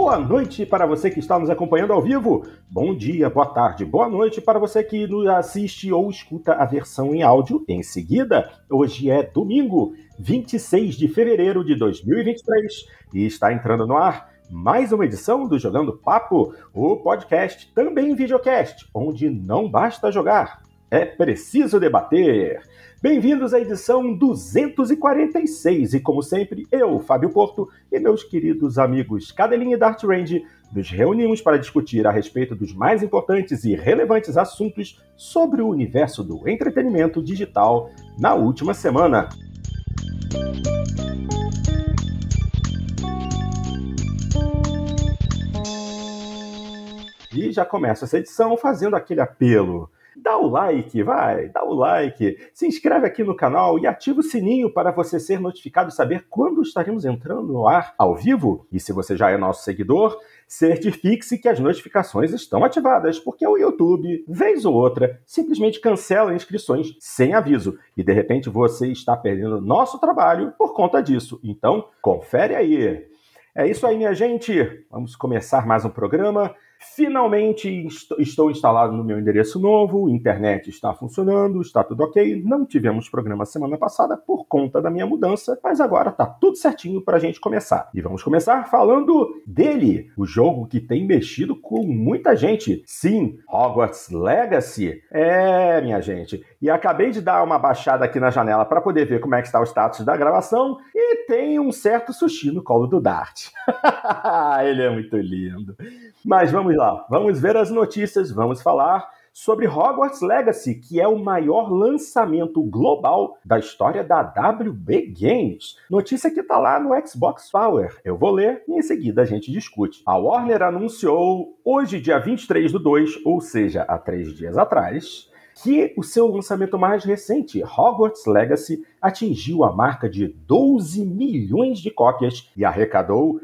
Boa noite para você que está nos acompanhando ao vivo. Bom dia, boa tarde, boa noite para você que nos assiste ou escuta a versão em áudio em seguida. Hoje é domingo, 26 de fevereiro de 2023 e está entrando no ar mais uma edição do Jogando Papo, o podcast, também videocast, onde não basta jogar, é preciso debater. Bem-vindos à edição 246 e, como sempre, eu, Fábio Porto, e meus queridos amigos Cadelinha e Dart Range nos reunimos para discutir a respeito dos mais importantes e relevantes assuntos sobre o universo do entretenimento digital na última semana. E já começo essa edição fazendo aquele apelo. Dá o like, dá o like, se inscreve aqui no canal e ativa o sininho para você ser notificado e saber quando estaremos entrando no ar ao vivo. E se você já é nosso seguidor, certifique-se que as notificações estão ativadas, porque o YouTube, vez ou outra, simplesmente cancela inscrições sem aviso. E de repente você está perdendo nosso trabalho por conta disso. Então, confere aí. É isso aí, minha gente. Vamos começar mais um programa. Finalmente estou instalado no meu endereço novo, a internet está funcionando, está tudo ok. Não tivemos programa semana passada por conta da minha mudança, mas agora está tudo certinho para a gente começar. E vamos começar falando dele, o jogo que tem mexido com muita gente. Sim, Hogwarts Legacy. Minha gente. E acabei de dar uma baixada aqui na janela para poder ver como é que está o status da gravação e tem um certo sushi no colo do Dart. Ele é muito lindo. Mas vamos lá, vamos ver as notícias, vamos falar sobre Hogwarts Legacy, que é o maior lançamento global da história da WB Games. Notícia que está lá no Xbox Power. Eu vou ler e em seguida a gente discute. A Warner anunciou hoje, dia 23/2, ou seja, há 3 dias atrás, que o seu lançamento mais recente, Hogwarts Legacy, atingiu a marca de 12 milhões de cópias e arrecadou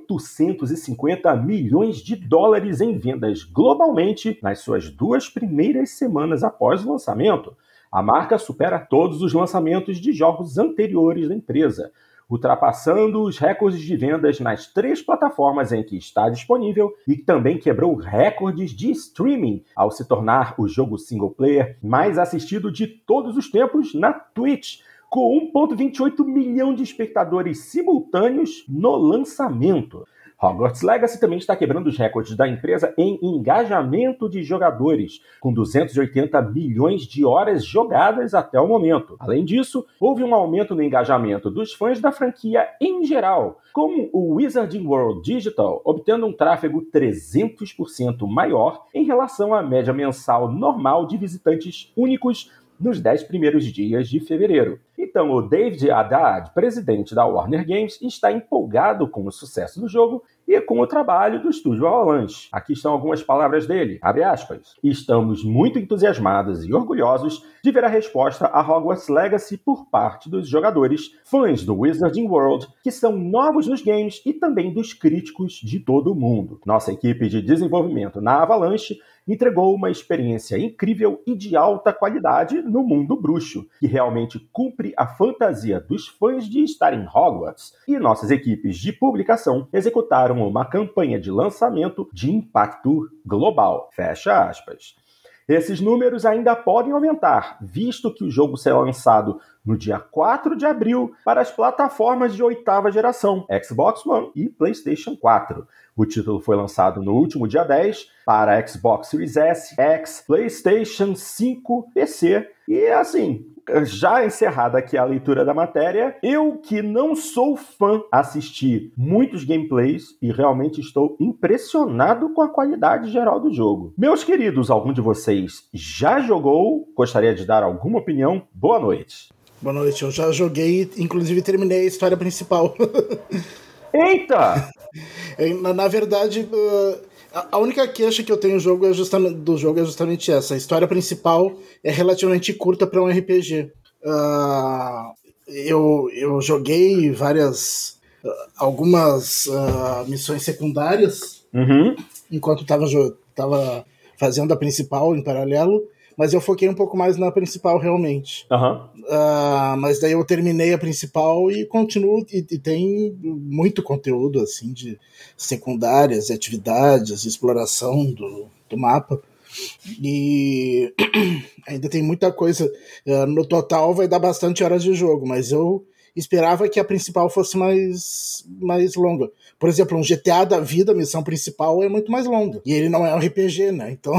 850 milhões de dólares em vendas globalmente nas suas 2 primeiras semanas após o lançamento. A marca supera todos os lançamentos de jogos anteriores da empresa, ultrapassando os recordes de vendas nas 3 plataformas em que está disponível e também quebrou recordes de streaming ao se tornar o jogo single player mais assistido de todos os tempos na Twitch, com 1,28 milhão de espectadores simultâneos no lançamento. Hogwarts Legacy também está quebrando os recordes da empresa em engajamento de jogadores, com 280 milhões de horas jogadas até o momento. Além disso, houve um aumento no engajamento dos fãs da franquia em geral, com o Wizarding World Digital obtendo um tráfego 300% maior em relação à média mensal normal de visitantes únicos nos 10 primeiros dias de fevereiro. Então, o David Haddad, presidente da Warner Games, está empolgado com o sucesso do jogo e com o trabalho do estúdio Avalanche. Aqui estão algumas palavras dele, abre aspas. Estamos muito entusiasmados e orgulhosos de ver a resposta a Hogwarts Legacy por parte dos jogadores, fãs do Wizarding World, que são novos nos games e também dos críticos de todo o mundo. Nossa equipe de desenvolvimento na Avalanche entregou uma experiência incrível e de alta qualidade no mundo bruxo, que realmente cumpre a fantasia dos fãs de estar em Hogwarts. E nossas equipes de publicação executaram uma campanha de lançamento de impacto global. Fecha aspas. Esses números ainda podem aumentar, visto que o jogo será lançado no dia 4 de abril para as plataformas de 8ª geração, Xbox One e PlayStation 4. O título foi lançado no último dia 10 para Xbox Series S, X, PlayStation 5, PC e assim... Já encerrada aqui a leitura da matéria, eu que não sou fã, assisti muitos gameplays e realmente estou impressionado com a qualidade geral do jogo. Meus queridos, algum de vocês já jogou? Gostaria de dar alguma opinião? Boa noite. Boa noite, eu já joguei, inclusive terminei a história principal. Eita! Na verdade... A única queixa que eu tenho do jogo é justamente essa. A história principal é relativamente curta para um RPG. Eu joguei algumas missões secundárias enquanto estava fazendo a principal em paralelo, mas eu foquei um pouco mais na principal, realmente. Mas daí eu terminei a principal e continuo, e tem muito conteúdo, assim, de secundárias, atividades, exploração do mapa. E ainda tem muita coisa. No total vai dar bastante horas de jogo, mas eu esperava que a principal fosse mais longa. Por exemplo, um GTA da vida, a missão principal é muito mais longa. E ele não é um RPG, né? Então...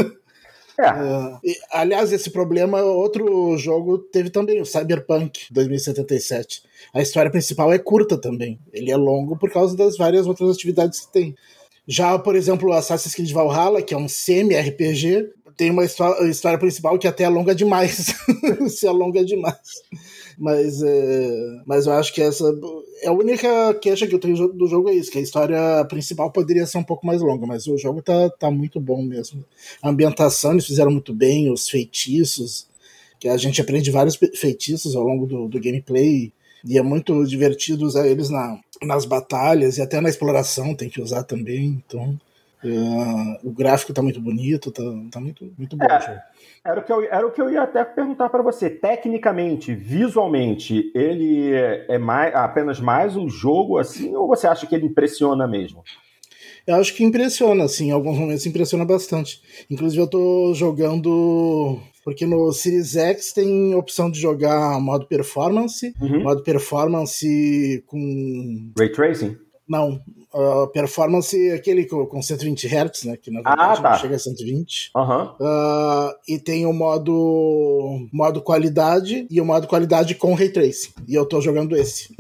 aliás, esse problema, outro jogo teve também, o Cyberpunk 2077. A história principal é curta também. Ele é longo por causa das várias outras atividades que tem. Já, por exemplo, o Assassin's Creed Valhalla, que é um semi-RPG, tem uma história principal que até alonga demais. Se alonga demais. Mas eu acho que essa é a única queixa que eu tenho do jogo, é isso, que a história principal poderia ser um pouco mais longa, mas o jogo tá muito bom mesmo. A ambientação eles fizeram muito bem, os feitiços, que a gente aprende vários feitiços ao longo do gameplay, e é muito divertido usar eles nas batalhas, e até na exploração tem que usar também, então... o gráfico tá muito bonito, tá muito, muito bom. Era o que eu ia até perguntar para você. Tecnicamente, visualmente, ele é apenas mais um jogo assim, ou você acha que ele impressiona mesmo? Eu acho que impressiona, assim, em alguns momentos impressiona bastante. Inclusive eu tô jogando... Porque no Series X tem opção de jogar modo performance, modo performance com... Ray Tracing? Não, performance aquele com 120 Hz, né? Que na verdade não chega a 120. E tem o modo qualidade e o modo qualidade com Ray Tracing. E eu tô jogando esse.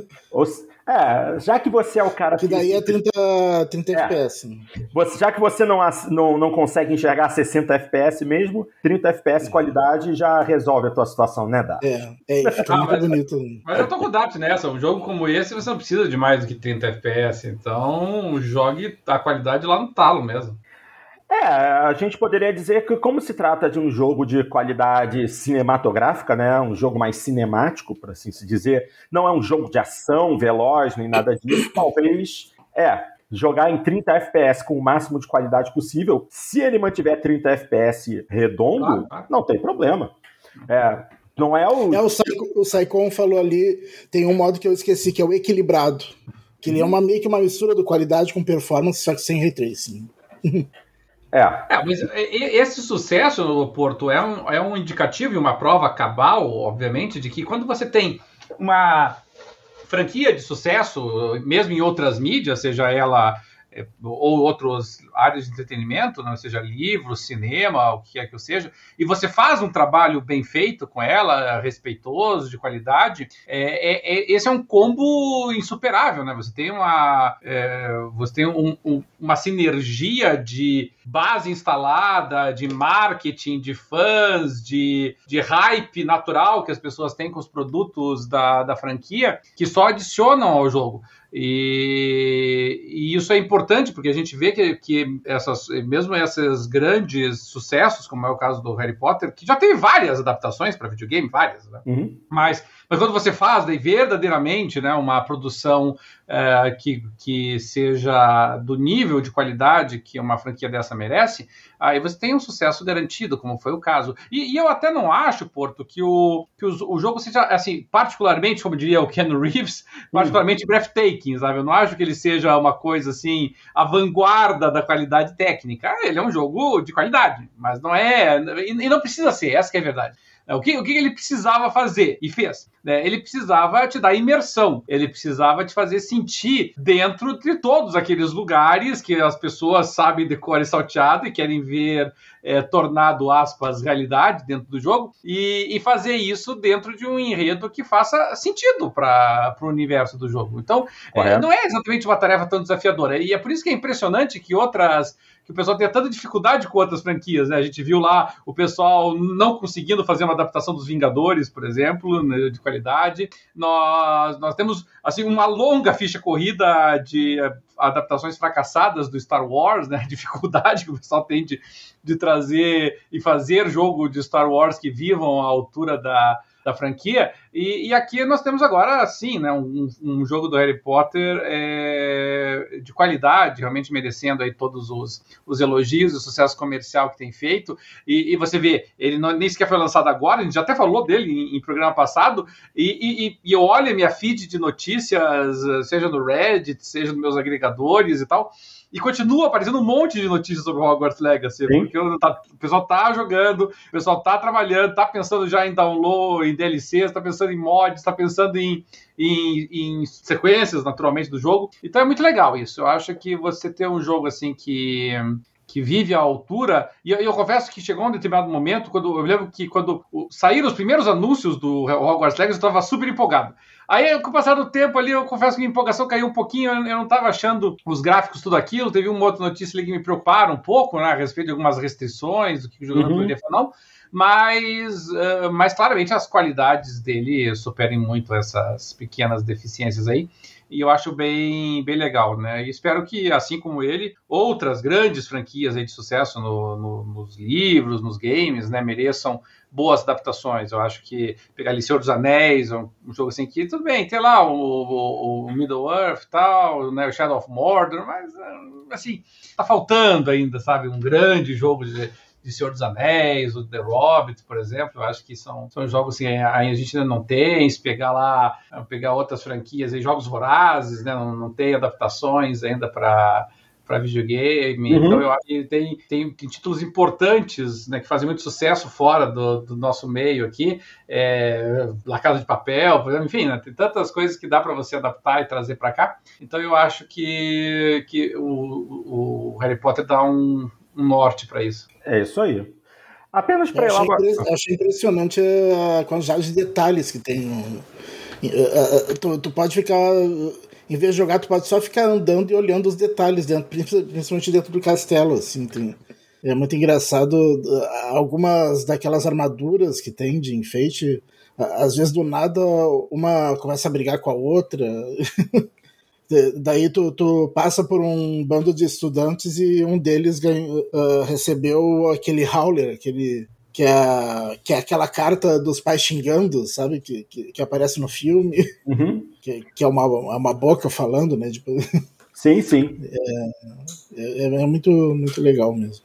Já que você é o cara que daí é 30 FPS. Já que você não consegue enxergar 60 FPS mesmo, 30 FPS qualidade já resolve a tua situação, né, Dá? Fica muito bonito. Mas eu tô com o Dapt nessa. Um jogo como esse você não precisa de mais do que 30 FPS. Então jogue a qualidade lá no talo mesmo. A gente poderia dizer que, como se trata de um jogo de qualidade cinematográfica, né, um jogo mais cinemático, por assim se dizer, não é um jogo de ação veloz nem nada disso, talvez jogar em 30 FPS com o máximo de qualidade possível. Se ele mantiver 30 FPS redondo, claro. Não tem problema. Não é o Saikon falou ali, tem um modo que eu esqueci, que é o equilibrado, que ele é meio que uma mistura de qualidade com performance, só que sem Ray Tracing. Mas esse sucesso, Porto, é um indicativo e uma prova cabal, obviamente, de que quando você tem uma franquia de sucesso, mesmo em outras mídias, seja ela ou outras áreas de entretenimento, não seja livro, cinema, o que é que seja, e você faz um trabalho bem feito com ela, respeitoso, de qualidade, esse é um combo insuperável, né? Você tem uma sinergia de base instalada, de marketing, de fãs, de hype natural que as pessoas têm com os produtos da franquia, que só adicionam ao jogo. E isso é importante, porque a gente vê que mesmo esses grandes sucessos, como é o caso do Harry Potter, que já teve várias adaptações para videogame, várias, né? Mas quando você faz verdadeiramente, né, uma produção que seja do nível de qualidade que uma franquia dessa merece, aí você tem um sucesso garantido, como foi o caso. E eu até não acho, Porto, que o jogo seja, assim, particularmente, como diria o Keanu Reeves, particularmente breathtaking, sabe? Eu não acho que ele seja uma coisa, assim, a vanguarda da qualidade técnica. Ele é um jogo de qualidade, mas não é... E não precisa ser, essa que é a verdade. O que ele precisava fazer e fez? Ele precisava te dar imersão, ele precisava te fazer sentir dentro de todos aqueles lugares que as pessoas sabem de cor e salteado e querem ver tornado, aspas, realidade dentro do jogo, e fazer isso dentro de um enredo que faça sentido para o universo do jogo. Então, não é exatamente uma tarefa tão desafiadora, e é por isso que é impressionante que o pessoal tenha tanta dificuldade com outras franquias, né? A gente viu lá o pessoal não conseguindo fazer uma adaptação dos Vingadores, por exemplo, né, de qualidade. Nós temos assim uma longa ficha corrida de adaptações fracassadas do Star Wars, né? A dificuldade que o pessoal tem de trazer e fazer jogo de Star Wars que vivam à altura da franquia, e aqui nós temos agora, sim, né, um jogo do Harry Potter de qualidade, realmente merecendo aí todos os elogios e o sucesso comercial que tem feito, e você vê, ele nem sequer foi lançado agora, a gente já até falou dele em programa passado, e eu olho a minha feed de notícias, seja no Reddit, seja nos meus agregadores e tal, e continua aparecendo um monte de notícias sobre Hogwarts Legacy, Sim. porque o pessoal tá jogando, o pessoal tá trabalhando, tá pensando já em download, em DLCs, tá pensando em mods, tá pensando em sequências, naturalmente, do jogo. Então é muito legal isso. Eu acho que você ter um jogo assim que vive à altura, e eu confesso que chegou um determinado momento, eu lembro que quando saíram os primeiros anúncios do Hogwarts Legacy, eu estava super empolgado. Aí, com o passar do tempo ali, eu confesso que a empolgação caiu um pouquinho, eu não estava achando os gráficos tudo aquilo, teve uma outra notícia ali que me preocuparam um pouco, né, a respeito de algumas restrições, do que o jogador poderia falar, não, mas claramente as qualidades dele superem muito essas pequenas deficiências aí, e eu acho bem legal, né? E espero que, assim como ele, outras grandes franquias aí de sucesso nos livros, nos games, né, mereçam boas adaptações. Eu acho que pegar ali Senhor dos Anéis, um jogo assim que, tudo bem, tem lá o Middle-earth e tal, né, o Shadow of Mordor, mas, assim, tá faltando ainda, sabe, um grande jogo de Senhor dos Anéis, o The Hobbit, por exemplo. Eu acho que são jogos que a gente ainda não tem. Se pegar outras franquias, jogos vorazes, né, não tem adaptações ainda para videogame. Então eu acho que tem títulos importantes, né, que fazem muito sucesso fora do nosso meio aqui. La Casa de Papel, por exemplo, enfim, né, tem tantas coisas que dá para você adaptar e trazer para cá. Então eu acho que o Harry Potter dá um norte para isso. É isso aí. Apenas para elaborar. Achei impressionante a quantidade de detalhes que tem. Tu pode ficar, em vez de jogar, tu pode só ficar andando e olhando os detalhes dentro, principalmente dentro do castelo, assim. É muito engraçado. Algumas daquelas armaduras que tem de enfeite, às vezes do nada uma começa a brigar com a outra. Daí tu passa por um bando de estudantes e um deles recebeu aquele Howler, que é aquela carta dos pais xingando, sabe? Que aparece no filme, que é uma boca falando, né? Tipo, sim. É muito, muito legal mesmo.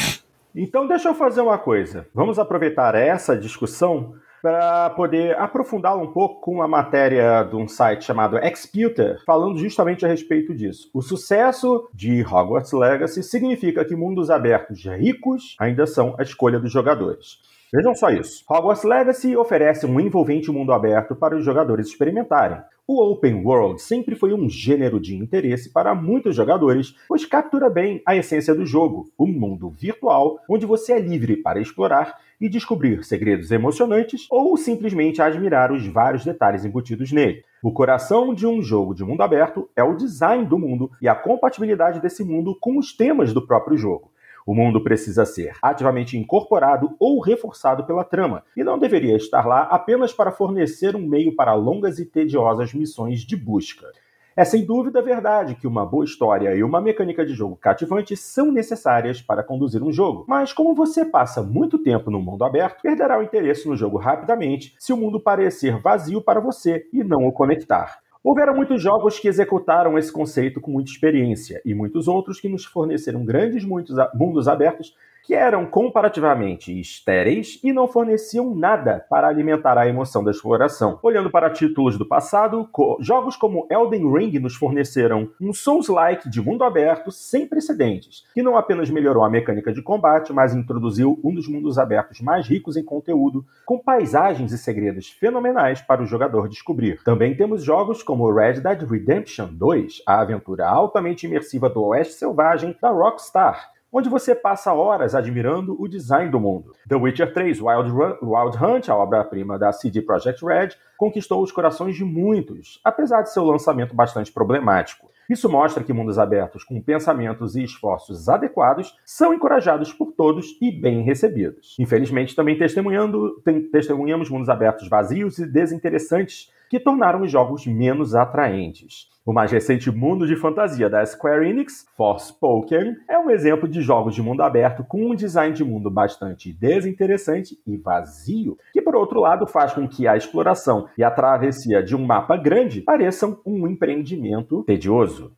Então deixa eu fazer uma coisa. Vamos aproveitar essa discussão para poder aprofundá-la um pouco com uma matéria de um site chamado Exputer, falando justamente a respeito disso. O sucesso de Hogwarts Legacy significa que mundos abertos ricos ainda são a escolha dos jogadores. Vejam só isso. Hogwarts Legacy oferece um envolvente mundo aberto para os jogadores experimentarem. O Open World sempre foi um gênero de interesse para muitos jogadores, pois captura bem a essência do jogo, um mundo virtual onde você é livre para explorar e descobrir segredos emocionantes ou simplesmente admirar os vários detalhes embutidos nele. O coração de um jogo de mundo aberto é o design do mundo e a compatibilidade desse mundo com os temas do próprio jogo. O mundo precisa ser ativamente incorporado ou reforçado pela trama, e não deveria estar lá apenas para fornecer um meio para longas e tediosas missões de busca. É sem dúvida verdade que uma boa história e uma mecânica de jogo cativante são necessárias para conduzir um jogo, mas como você passa muito tempo no mundo aberto, perderá o interesse no jogo rapidamente se o mundo parecer vazio para você e não o conectar. Houveram muitos jogos que executaram esse conceito com muita experiência, e muitos outros que nos forneceram grandes mundos abertos que eram comparativamente estéreis e não forneciam nada para alimentar a emoção da exploração. Olhando para títulos do passado, jogos como Elden Ring nos forneceram um Souls-like de mundo aberto sem precedentes, que não apenas melhorou a mecânica de combate, mas introduziu um dos mundos abertos mais ricos em conteúdo, com paisagens e segredos fenomenais para o jogador descobrir. Também temos jogos como Red Dead Redemption 2, a aventura altamente imersiva do Oeste Selvagem da Rockstar, onde você passa horas admirando o design do mundo. The Witcher 3 Wild Hunt, a obra-prima da CD Projekt Red, conquistou os corações de muitos, apesar de seu lançamento bastante problemático. Isso mostra que mundos abertos com pensamentos e esforços adequados são encorajados por todos e bem recebidos. Infelizmente, também testemunhamos mundos abertos vazios e desinteressantes que tornaram os jogos menos atraentes. O mais recente mundo de fantasia da Square Enix, Forspoken, é um exemplo de jogos de mundo aberto com um design de mundo bastante desinteressante e vazio, que por outro lado faz com que a exploração e a travessia de um mapa grande pareçam um empreendimento tedioso.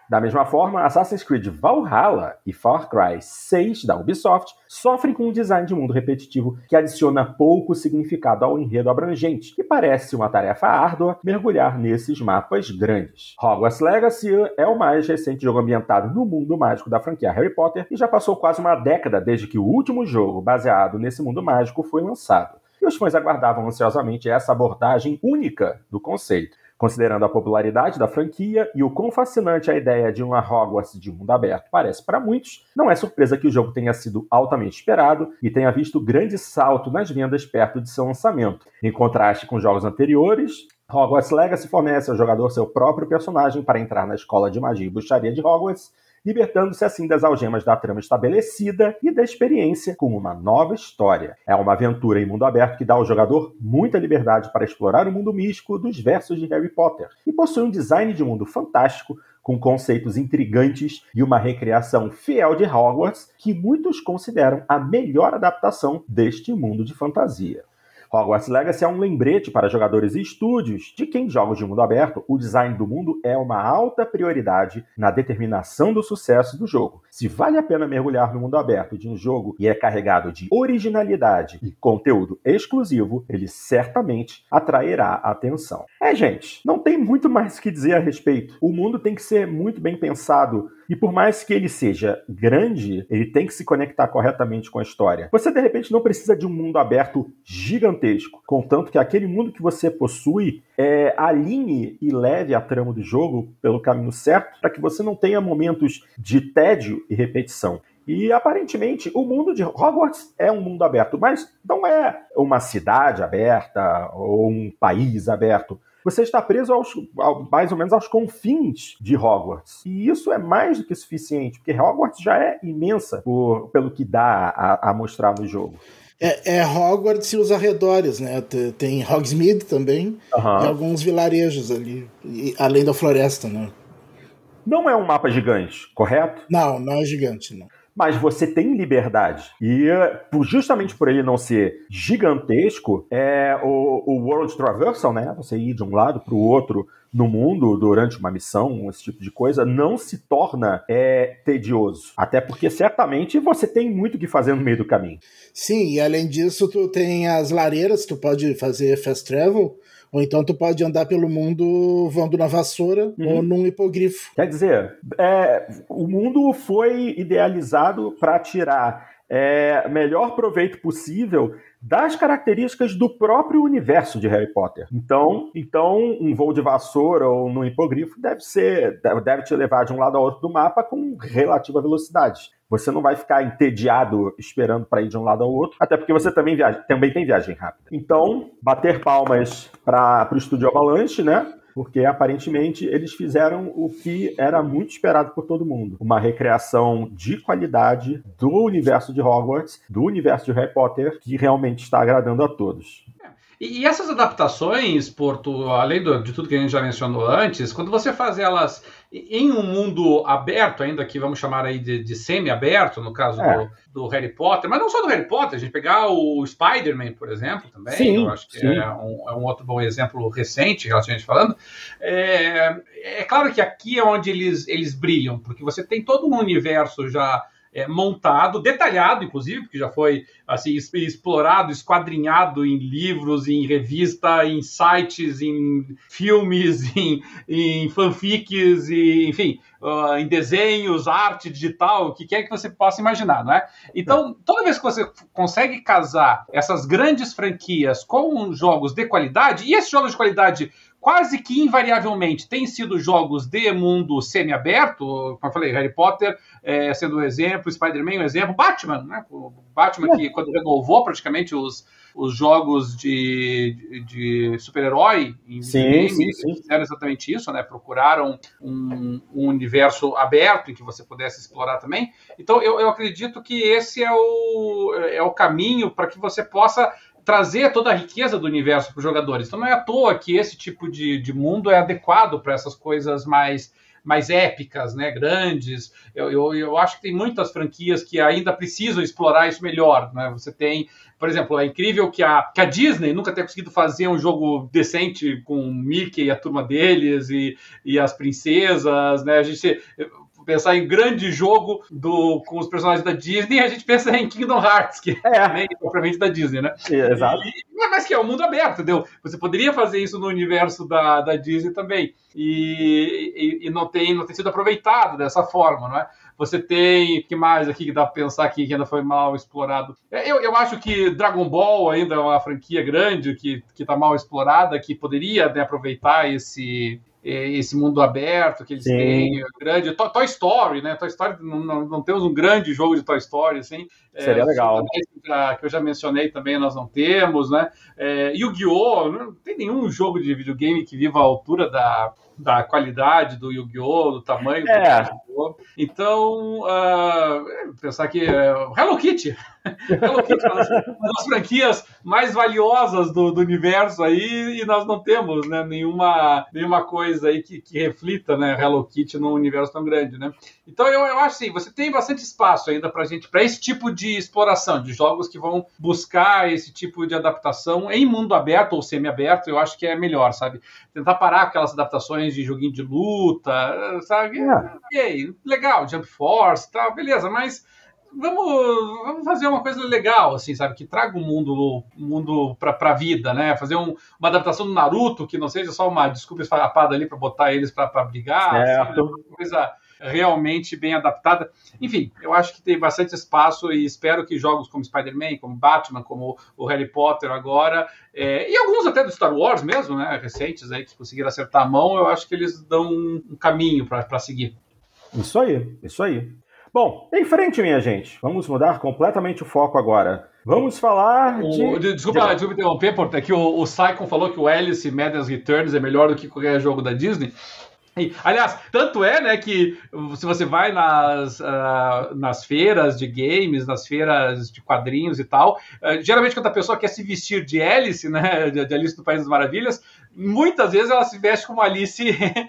Da mesma forma, Assassin's Creed Valhalla e Far Cry 6 da Ubisoft sofrem com um design de mundo repetitivo que adiciona pouco significado ao enredo abrangente e parece uma tarefa árdua mergulhar nesses mapas grandes. Hogwarts Legacy é o mais recente jogo ambientado no mundo mágico da franquia Harry Potter e já passou quase uma década desde que o último jogo baseado nesse mundo mágico foi lançado. E os fãs aguardavam ansiosamente essa abordagem única do conceito. Considerando a popularidade da franquia e o quão fascinante a ideia de uma Hogwarts de mundo aberto parece para muitos, não é surpresa que o jogo tenha sido altamente esperado e tenha visto grande salto nas vendas perto de seu lançamento. Em contraste com jogos anteriores, Hogwarts Legacy fornece ao jogador seu próprio personagem para entrar na escola de magia e bruxaria de Hogwarts, libertando-se assim das algemas da trama estabelecida e da experiência com uma nova história. É uma aventura em mundo aberto que dá ao jogador muita liberdade para explorar o mundo místico dos versos de Harry Potter e possui um design de mundo fantástico, com conceitos intrigantes e uma recriação fiel de Hogwarts que muitos consideram a melhor adaptação deste mundo de fantasia. Hogwarts Legacy é um lembrete para jogadores e estúdios de que em jogos de mundo aberto, o design do mundo é uma alta prioridade na determinação do sucesso do jogo. Se vale a pena mergulhar no mundo aberto de um jogo e é carregado de originalidade e conteúdo exclusivo, ele certamente atrairá a atenção. Gente, não tem muito mais o que dizer a respeito. O mundo tem que ser muito bem pensado e por mais que ele seja grande, ele tem que se conectar corretamente com a história. Você, de repente, não precisa de um mundo aberto gigantesco, contanto que aquele mundo que você possui alinhe e leve a trama do jogo pelo caminho certo, para que você não tenha momentos de tédio e repetição. E, aparentemente, o mundo de Hogwarts é um mundo aberto, mas não é uma cidade aberta ou um país aberto. Você está preso mais ou menos aos confins de Hogwarts. E isso é mais do que suficiente, porque Hogwarts já é imensa pelo que dá a mostrar no jogo. Hogwarts e os arredores, né? Tem Hogsmeade também, e alguns vilarejos ali, além da floresta, né? Não é um mapa gigante, correto? Não é gigante, não. Mas você tem liberdade. E justamente por ele não ser gigantesco, o World Traversal, né? Você ir de um lado para o outro no mundo durante uma missão, esse tipo de coisa, não se torna tedioso. Até porque certamente você tem muito o que fazer no meio do caminho. Sim, e além disso, tu tem as lareiras, tu pode fazer fast travel, ou então tu pode andar pelo mundo voando na vassoura ou num hipogrifo. Quer dizer, o mundo foi idealizado para tirar melhor proveito possível das características do próprio universo de Harry Potter. Então um voo de vassoura ou no hipogrifo deve te levar de um lado ao outro do mapa com relativa velocidade. Você não vai ficar entediado esperando para ir de um lado ao outro, até porque você também tem viagem rápida. Então, bater palmas para o Estúdio Avalanche, né? Porque aparentemente eles fizeram o que era muito esperado por todo mundo. Uma recriação de qualidade do universo de Hogwarts, do universo de Harry Potter, que realmente está agradando a todos. E essas adaptações, Porto, além de tudo que a gente já mencionou antes, quando você faz elas em um mundo aberto, ainda que vamos chamar aí de semi-aberto, no caso do Harry Potter, mas não só do Harry Potter, a gente pegar o Spider-Man, por exemplo, também, sim, eu acho que é um outro bom exemplo recente, relativamente falando. É claro que aqui é onde eles brilham, porque você tem todo um universo já montado, detalhado, inclusive, porque já foi assim, explorado, esquadrinhado em livros, em revista, em sites, em filmes, em fanfics, enfim, em desenhos, arte digital, o que quer que você possa imaginar, não é? Então, toda vez que você consegue casar essas grandes franquias com jogos de qualidade, e esses jogos de qualidade quase que invariavelmente têm sido jogos de mundo semi-aberto, como eu falei, Harry Potter sendo um exemplo, Spider-Man um exemplo, Batman, né? O Batman que quando renovou praticamente os jogos de super-herói em games, fizeram exatamente isso, né? Procuraram um universo aberto em que você pudesse explorar também. Então eu acredito que esse é o caminho para que você possa trazer toda a riqueza do universo para os jogadores. Então não é à toa que esse tipo de mundo é adequado para essas coisas mais mais épicas, né, grandes. Eu acho que tem muitas franquias que ainda precisam explorar isso melhor, né? Você tem, por exemplo, é incrível que a Disney nunca tenha conseguido fazer um jogo decente com o Mickey e a turma deles e as princesas, né? A gente pensar em grande jogo com os personagens da Disney, a gente pensa em Kingdom Hearts, que nem propriamente da Disney, né? Exato. Mas que é o mundo aberto, entendeu? Você poderia fazer isso no universo da Disney também. E não tem sido aproveitado dessa forma, não é? Você tem, o que mais aqui que dá pra pensar aqui que ainda foi mal explorado? Eu acho que Dragon Ball ainda é uma franquia grande que tá mal explorada, que poderia, né, aproveitar esse mundo aberto que eles têm, grande. Toy Story, né? Toy Story, não temos um grande jogo de Toy Story, assim. Seria legal. Que eu já mencionei também, nós não temos, né? Yu-Gi-Oh! Não tem nenhum jogo de videogame que viva à altura da qualidade do Yu-Gi-Oh!, do tamanho do Yu-Gi-Oh! Então, pensar que Hello Kitty é uma das franquias mais valiosas do universo aí, e nós não temos, né, nenhuma coisa aí que reflita, né, Hello Kitty num universo tão grande, né? Então eu acho assim, você tem bastante espaço ainda para esse tipo de exploração, de jogos que vão buscar esse tipo de adaptação em mundo aberto ou semi-aberto. Eu acho que é melhor, sabe? Tentar parar aquelas adaptações de joguinho de luta, sabe? Ok, legal, Jump Force, tá, beleza, mas vamos fazer uma coisa legal, assim, sabe? Que traga o mundo pra vida, né? Fazer uma adaptação do Naruto, que não seja só uma desculpa esfarrapada ali pra botar eles pra brigar, assim, uma coisa realmente bem adaptada. Enfim, eu acho que tem bastante espaço e espero que jogos como Spider-Man, como Batman, como o Harry Potter agora, e alguns até do Star Wars mesmo, né? Recentes aí, que conseguiram acertar a mão, eu acho que eles dão um caminho pra seguir. Isso aí. Bom, em frente, minha gente. Vamos mudar completamente o foco agora. Vamos falar de... Desculpa interromper, porque aqui o Saikon falou que o Alice Madness Returns é melhor do que qualquer jogo da Disney. Aliás, tanto é, né, que se você vai nas feiras de games, nas feiras de quadrinhos e tal, geralmente quando a pessoa quer se vestir de Alice, né, de Alice do País das Maravilhas, muitas vezes ela se veste como Alice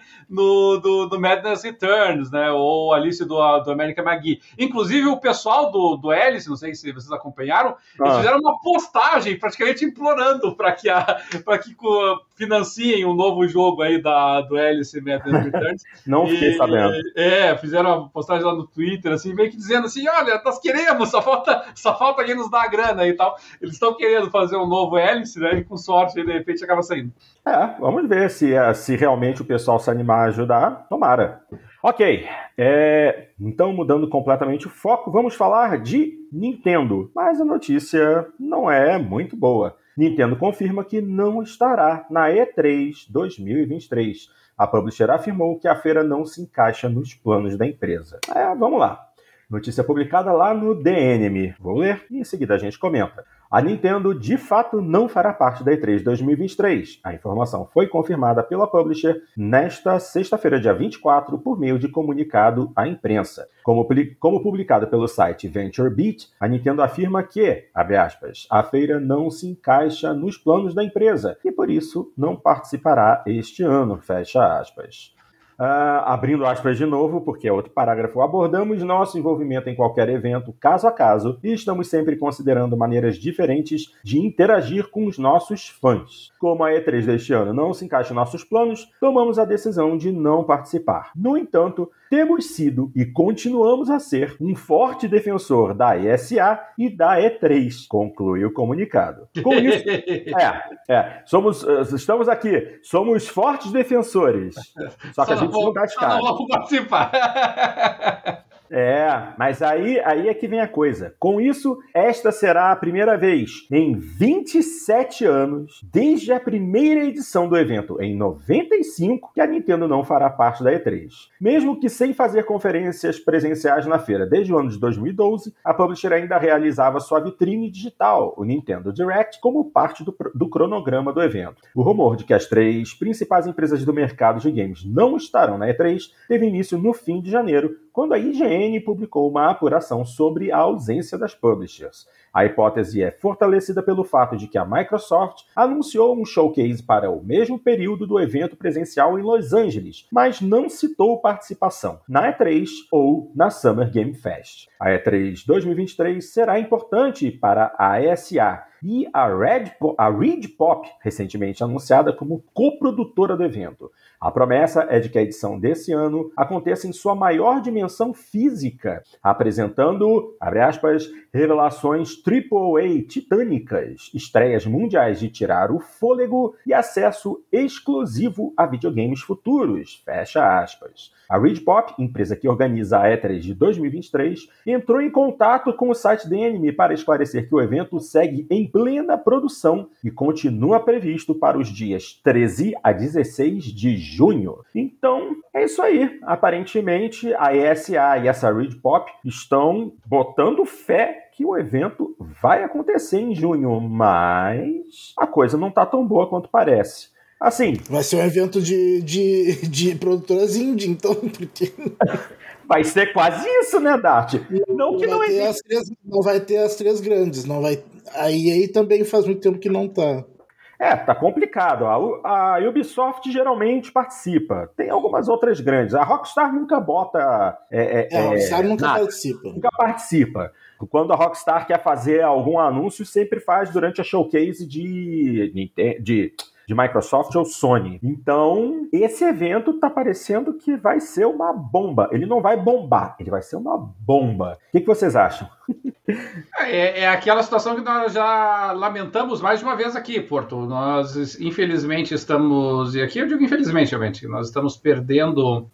do Madness Returns, né, ou Alice do American McGee. Inclusive o pessoal do Alice, não sei se vocês acompanharam, eles fizeram uma postagem praticamente implorando para que financiem um novo jogo aí do Alice Madness Returns. Não fiquei sabendo. Fizeram uma postagem lá no Twitter, assim, meio que dizendo assim, olha, nós queremos, só falta alguém nos dar a grana e tal. Eles estão querendo fazer um novo Alice, né, e com sorte, de repente, acaba saindo. Vamos ver se realmente o pessoal se animar a ajudar. Tomara. Ok, então mudando completamente o foco, vamos falar de Nintendo. Mas a notícia não é muito boa. Nintendo confirma que não estará na E3 2023. A publisher afirmou que a feira não se encaixa nos planos da empresa. Vamos lá. Notícia publicada lá no DNM. Vou ler e em seguida a gente comenta. A Nintendo, de fato, não fará parte da E3 2023. A informação foi confirmada pela publisher nesta sexta-feira, dia 24, por meio de comunicado à imprensa. Como publicado pelo site VentureBeat, a Nintendo afirma que, abre aspas, a feira não se encaixa nos planos da empresa e, por isso, não participará este ano, fecha aspas. Abrindo aspas de novo, porque é outro parágrafo, abordamos nosso envolvimento em qualquer evento, caso a caso, e estamos sempre considerando maneiras diferentes de interagir com os nossos fãs. Como a E3 deste ano não se encaixa em nossos planos, tomamos a decisão de não participar. No entanto, temos sido e continuamos a ser um forte defensor da ESA e da E3, conclui o comunicado. Com isso, estamos aqui, somos fortes defensores, só que a gente não dá as caras. Não vamos participar. Mas aí é que vem a coisa. Com isso, esta será a primeira vez em 27 anos, desde a primeira edição do evento, em 95, que a Nintendo não fará parte da E3. Mesmo que sem fazer conferências presenciais na feira desde o ano de 2012, a publisher ainda realizava sua vitrine digital, o Nintendo Direct, como parte do cronograma do evento. O rumor de que as 3 principais empresas do mercado de games não estarão na E3 teve início no fim de janeiro, quando a IGN publicou uma apuração sobre a ausência das publishers. A hipótese é fortalecida pelo fato de que a Microsoft anunciou um showcase para o mesmo período do evento presencial em Los Angeles, mas não citou participação na E3 ou na Summer Game Fest. A E3 2023 será importante para a ESA e a Red Pop, recentemente anunciada como coprodutora do evento. A promessa é de que a edição desse ano aconteça em sua maior dimensão física, apresentando, abre aspas, revelações AAA titânicas, estreias mundiais de tirar o fôlego e acesso exclusivo a videogames futuros, fecha aspas. A Red Pop, empresa que organiza a E3 de 2023, entrou em contato com o site da Anime para esclarecer que o evento segue em plena produção e continua previsto para os dias 13 a 16 de junho. Então, é isso aí. Aparentemente, a ESA e essa Red Pop estão botando fé que o evento vai acontecer em junho, mas a coisa não está tão boa quanto parece. Assim, vai ser um evento de produtoras indie, então, porque... Vai ser quase isso, né, Dart? Não vai ter as três grandes, não vai... A EA também faz muito tempo que não tá. Tá complicado. A Ubisoft geralmente participa. Tem algumas outras grandes. A Rockstar nunca bota... A Rockstar nunca participa. Nunca participa. Quando a Rockstar quer fazer algum anúncio, sempre faz durante a showcase de Microsoft ou Sony. Então, esse evento tá parecendo que vai ser uma bomba. Ele não vai bombar, ele vai ser uma bomba. O que vocês acham? É aquela situação que nós já lamentamos mais de uma vez aqui, Porto. Nós, infelizmente, estamos... E aqui eu digo infelizmente, realmente. Nós estamos perdendo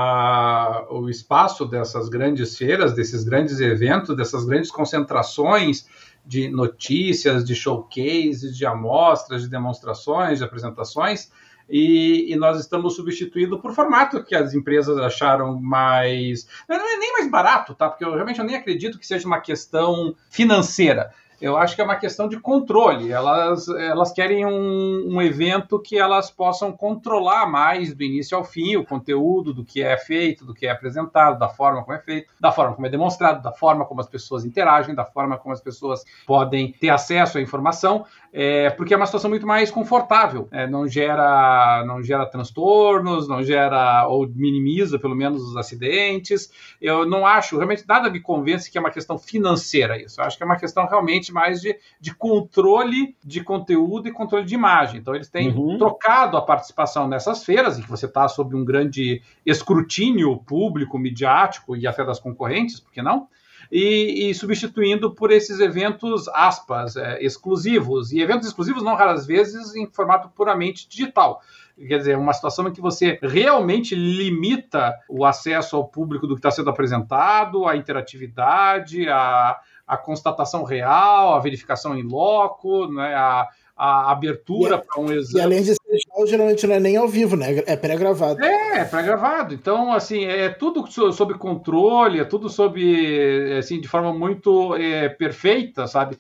o espaço dessas grandes feiras, desses grandes eventos, dessas grandes concentrações de notícias, de showcases, de amostras, de demonstrações, de apresentações, e nós estamos substituindo por formato que as empresas acharam mais... Não é nem mais barato, tá? Porque eu realmente nem acredito que seja uma questão financeira. Eu acho que é uma questão de controle. Elas querem um evento que elas possam controlar mais do início ao fim o conteúdo do que é feito, do que é apresentado, da forma como é feito, da forma como é demonstrado, da forma como as pessoas interagem, da forma como as pessoas podem ter acesso à informação, porque é uma situação muito mais confortável. Não gera transtornos, não gera ou minimiza pelo menos os acidentes. Eu não acho, realmente nada me convence que é uma questão financeira isso. Eu acho que é uma questão realmente mais de controle de conteúdo e controle de imagem. Então, eles têm trocado a participação nessas feiras, em que você está sob um grande escrutínio público, midiático e até das concorrentes, por que não? E substituindo por esses eventos, aspas, exclusivos. E eventos exclusivos, não raras vezes, em formato puramente digital. Quer dizer, uma situação em que você realmente limita o acesso ao público do que está sendo apresentado, a interatividade, a constatação real, a verificação em loco, né, a abertura para um exame. E além de ser digital, geralmente não é nem ao vivo, né? É pré-gravado. É pré-gravado. Então, assim, é tudo sob controle, é tudo sob, assim, de forma muito perfeita, sabe?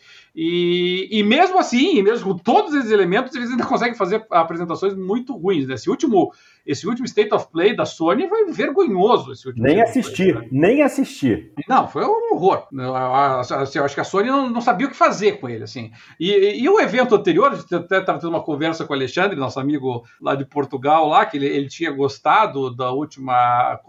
E mesmo assim, mesmo com todos esses elementos, eles ainda conseguem fazer apresentações muito ruins, né? Esse último State of Play da Sony foi vergonhoso. Nem assistir. Não, foi um horror. Eu acho que a Sony não sabia o que fazer com ele, assim. E o evento anterior, a gente até estava tendo uma conversa com o Alexandre, nosso amigo lá de Portugal, lá, que ele tinha gostado da última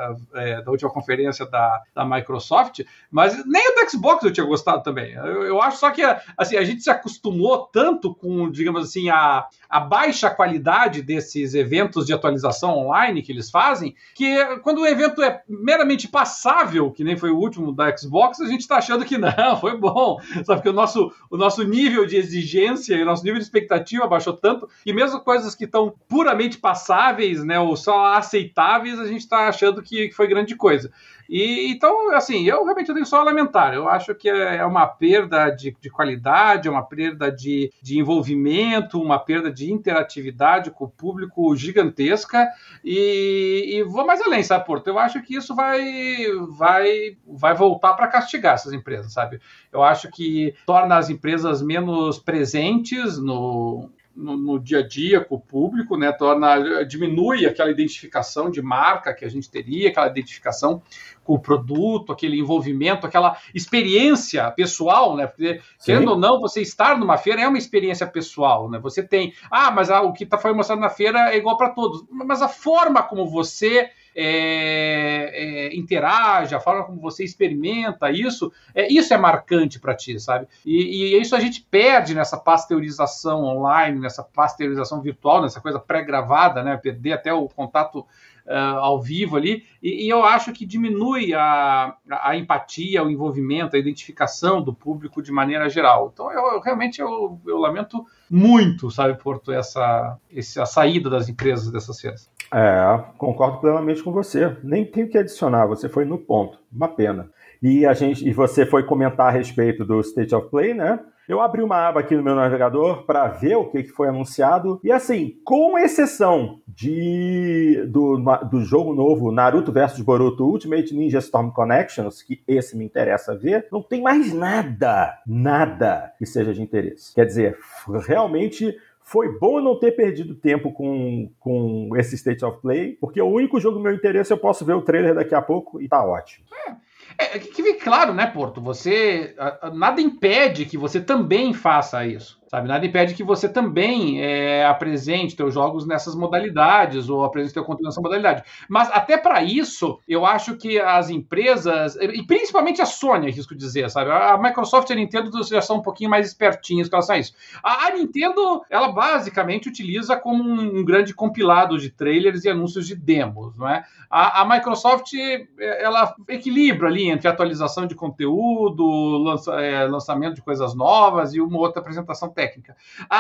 conferência da Microsoft, mas nem o do Xbox eu tinha gostado também. Eu acho só que assim, a gente se acostumou tanto com, digamos assim, a baixa qualidade desses eventos de atualização online que eles fazem, que quando o evento é meramente passável, que nem foi o último da Xbox, a gente está achando que não, foi bom, sabe? Porque o nosso nível de exigência e o nosso nível de expectativa baixou tanto, que mesmo coisas que estão puramente passáveis, né, ou só aceitáveis, a gente está achando que foi grande coisa. Então, assim, eu realmente tenho só a lamentar. Eu acho que é uma perda de qualidade, é uma perda de envolvimento, uma perda de interatividade com o público gigantesca. E vou mais além, sabe, Porto? Eu acho que isso vai voltar para castigar essas empresas, sabe? Eu acho que torna as empresas menos presentes no dia a dia com o público, né? Diminui aquela identificação de marca que a gente teria, aquela identificação com o produto, aquele envolvimento, aquela experiência pessoal, né? Porque, querendo ou não, você estar numa feira é uma experiência pessoal, né? Você tem, mas o que foi mostrado na feira é igual para todos, mas a forma como você interage, a forma como você experimenta isso é marcante para ti, sabe? E isso a gente perde nessa pasteurização online, nessa pasteurização virtual, nessa coisa pré-gravada, né? Perder até o contato ao vivo ali, e eu acho que diminui a empatia, o envolvimento, a identificação do público de maneira geral. Então, eu realmente lamento muito, sabe, Porto, essa saída das empresas dessas feiras. Concordo plenamente com você. Nem tenho que adicionar, você foi no ponto. Uma pena. E você foi comentar a respeito do State of Play, né? Eu abri uma aba aqui no meu navegador para ver o que foi anunciado. E assim, com exceção do jogo novo Naruto vs Boruto Ultimate Ninja Storm Connections, que esse me interessa ver, não tem mais nada que seja de interesse. Quer dizer, realmente foi bom eu não ter perdido tempo com esse State of Play, porque o único jogo do meu interesse eu posso ver o trailer daqui a pouco e tá ótimo. Que fique claro, né, Porto? Nada impede que você também faça isso, sabe? Nada impede que você também apresente seus jogos nessas modalidades ou apresente seu conteúdo nessa modalidade. Mas até para isso, eu acho que as empresas, e principalmente a Sony, risco dizer, sabe? A Microsoft e a Nintendo já são um pouquinho mais espertinhas com relação a isso. A Nintendo, ela basicamente utiliza como um grande compilado de trailers e anúncios de demos, não é? A Microsoft, ela equilibra ali entre atualização de conteúdo, lançamento de coisas novas e uma outra apresentação técnica.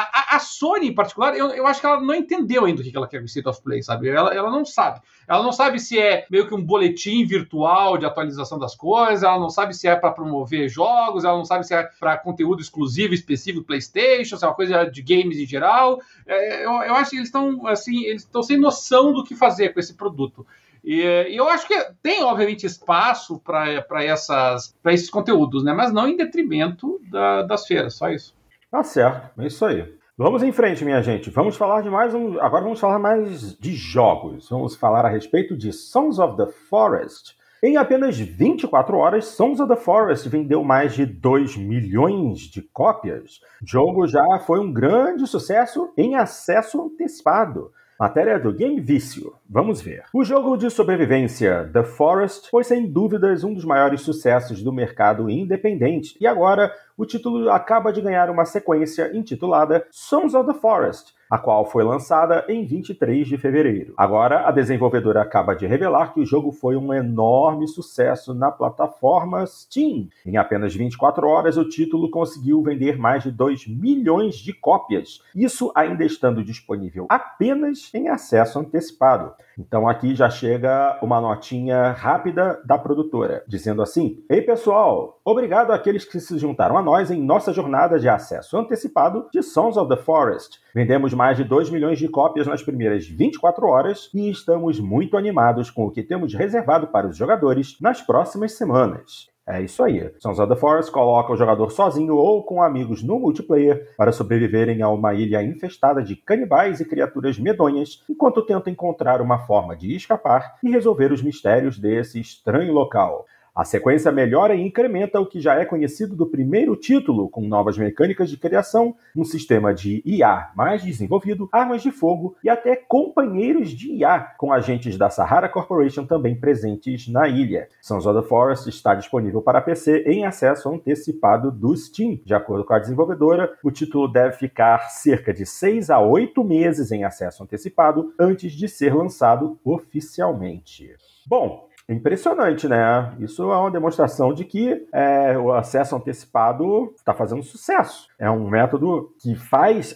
A Sony, em particular, eu acho que ela não entendeu ainda o que ela quer com o State of Play, sabe? Ela não sabe. Ela não sabe se é meio que um boletim virtual de atualização das coisas, ela não sabe se é para promover jogos, ela não sabe se é para conteúdo exclusivo, específico do PlayStation, se é uma coisa de games em geral. Eu acho que eles estão sem noção do que fazer com esse produto. E eu acho que tem, obviamente, espaço para esses conteúdos, né? Mas não em detrimento das feiras, só isso. Tá certo, é isso aí. Vamos em frente, minha gente. Vamos falar de agora vamos falar mais de jogos. Vamos falar a respeito de Sons of the Forest. Em apenas 24 horas, Sons of the Forest vendeu mais de 2 milhões de cópias. O jogo já foi um grande sucesso em acesso antecipado. Matéria do Game Vício. Vamos ver. O jogo de sobrevivência The Forest foi sem dúvidas um dos maiores sucessos do mercado independente e agora o título acaba de ganhar uma sequência intitulada Sons of the Forest, a qual foi lançada em 23 de fevereiro. Agora, a desenvolvedora acaba de revelar que o jogo foi um enorme sucesso na plataforma Steam. Em apenas 24 horas, o título conseguiu vender mais de 2 milhões de cópias, isso ainda estando disponível apenas em acesso antecipado. Então aqui já chega uma notinha rápida da produtora, dizendo assim: Ei pessoal, obrigado àqueles que se juntaram a nós em nossa jornada de acesso antecipado de Sons of the Forest. Vendemos mais de 2 milhões de cópias nas primeiras 24 horas e estamos muito animados com o que temos reservado para os jogadores nas próximas semanas. É isso aí. Sons of the Forest coloca o jogador sozinho ou com amigos no multiplayer para sobreviverem a uma ilha infestada de canibais e criaturas medonhas, enquanto tenta encontrar uma forma de escapar e resolver os mistérios desse estranho local. A sequência melhora e incrementa o que já é conhecido do primeiro título, com novas mecânicas de criação, um sistema de IA mais desenvolvido, armas de fogo e até companheiros de IA, com agentes da Sahara Corporation também presentes na ilha. Sons of the Forest está disponível para PC em acesso antecipado do Steam. De acordo com a desenvolvedora, o título deve ficar cerca de 6 a 8 meses em acesso antecipado antes de ser lançado oficialmente. Bom, impressionante, né? Isso é uma demonstração de que o acesso antecipado está fazendo sucesso. É um método que faz,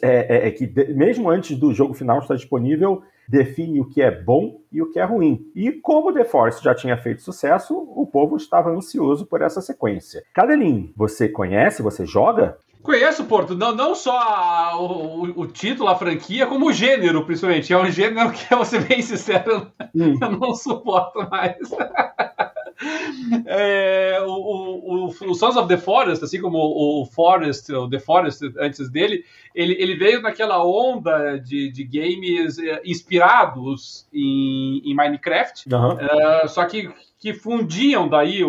mesmo antes do jogo final estar disponível, define o que é bom e o que é ruim. E como The Forest já tinha feito sucesso, o povo estava ansioso por essa sequência. Cadelin, você conhece? Você joga? Conheço, Porto, não só o título, a franquia, como o gênero, principalmente. É um gênero que, eu vou ser bem sincero, eu não suporto mais. O Sons of the Forest, assim como o The Forest antes dele, ele veio naquela onda de games inspirados em Minecraft, só que fundiam daí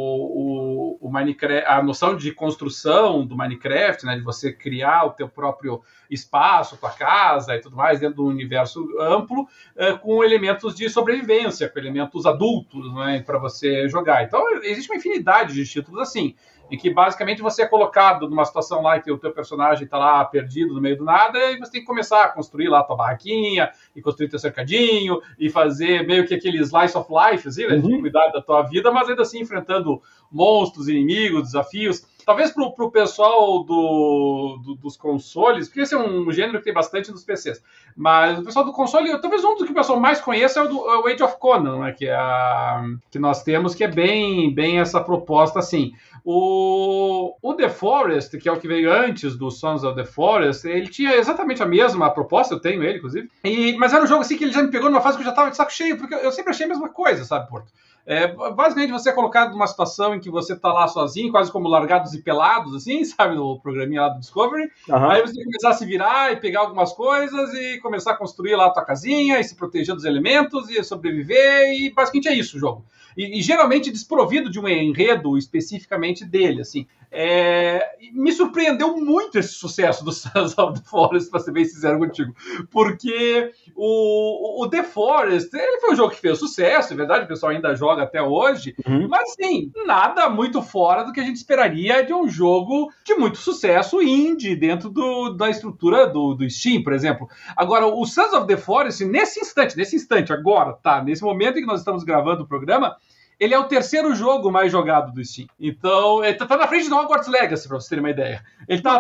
o Minecraft, a noção de construção do Minecraft, né, de você criar o teu próprio espaço, tua casa e tudo mais dentro do universo amplo, com elementos de sobrevivência, com elementos adultos, né, para você jogar. Então existe uma infinidade de títulos assim, em que basicamente você é colocado numa situação lá que o teu personagem está lá perdido no meio do nada e você tem que começar a construir lá a tua barraquinha e construir teu cercadinho e fazer meio que aquele slice of life, assim, né, de cuidar da tua vida, mas ainda assim enfrentando monstros, inimigos, desafios. Talvez pro pessoal dos consoles, porque esse é um gênero que tem bastante nos PCs, mas o pessoal do console, talvez um dos que o pessoal mais conhece é o Age of Conan, né, que nós temos, que é bem essa proposta assim. O The Forest, que é o que veio antes do Sons of the Forest, ele tinha exatamente a mesma proposta, eu tenho ele, inclusive, mas era um jogo assim que ele já me pegou numa fase que eu já tava de saco cheio, porque eu sempre achei a mesma coisa, sabe, Porto? Basicamente você é colocado numa situação em que você tá lá sozinho, quase como Largados e Pelados, assim, sabe, no programinha lá do Discovery. Aí você tem que começar a se virar e pegar algumas coisas e começar a construir lá a tua casinha e se proteger dos elementos e sobreviver, e basicamente é isso o jogo. E geralmente desprovido de um enredo especificamente dele, assim. Me surpreendeu muito esse sucesso do Sons of the Forest, pra ser bem sincero contigo, porque o The Forest, ele foi um jogo que fez sucesso, é verdade, o pessoal ainda joga até hoje, mas sim, nada muito fora do que a gente esperaria de um jogo de muito sucesso indie dentro da estrutura do Steam, por exemplo. Agora, o Sons of the Forest, nesse instante, agora, tá, nesse momento em que nós estamos gravando o programa, ele é o terceiro jogo mais jogado do Steam. Então, ele tá na frente do Hogwarts Legacy, pra vocês terem uma ideia. Ele tá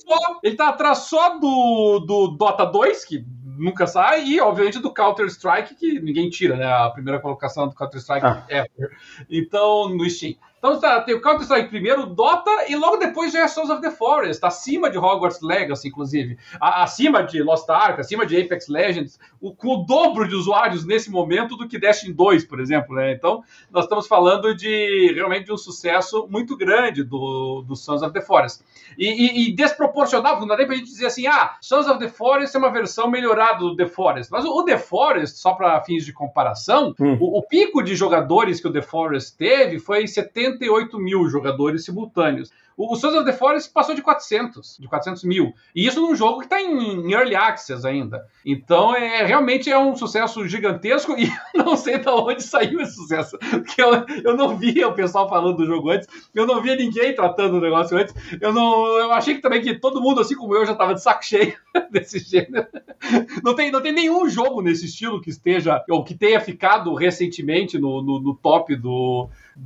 atrás só do Dota 2, que nunca sai, e, obviamente, do Counter-Strike, que ninguém tira, né? A primeira colocação do Counter-Strike ever. Então, no Steam. Então tem o Counter-Strike primeiro, o Dota, e logo depois já é Sons of the Forest, acima de Hogwarts Legacy, inclusive, acima de Lost Ark, acima de Apex Legends, com o dobro de usuários nesse momento do que Destiny 2, por exemplo, né? Então, nós estamos falando realmente de um sucesso muito grande do Sons of the Forest. E desproporcional, porque não dá nem pra gente dizer assim, Sons of the Forest é uma versão melhorada do The Forest. Mas o The Forest, só para fins de comparação, o pico de jogadores que o The Forest teve foi 78 mil jogadores simultâneos. O Sons of the Forest passou de 400 mil. E isso num jogo que está em Early Access ainda. Então, realmente é um sucesso gigantesco e eu não sei de onde saiu esse sucesso. Porque eu não via o pessoal falando do jogo antes, eu não via ninguém tratando do negócio antes. Eu achei que também que todo mundo, assim como eu, já estava de saco cheio desse gênero. Não tem nenhum jogo nesse estilo que esteja, ou que tenha ficado recentemente no top do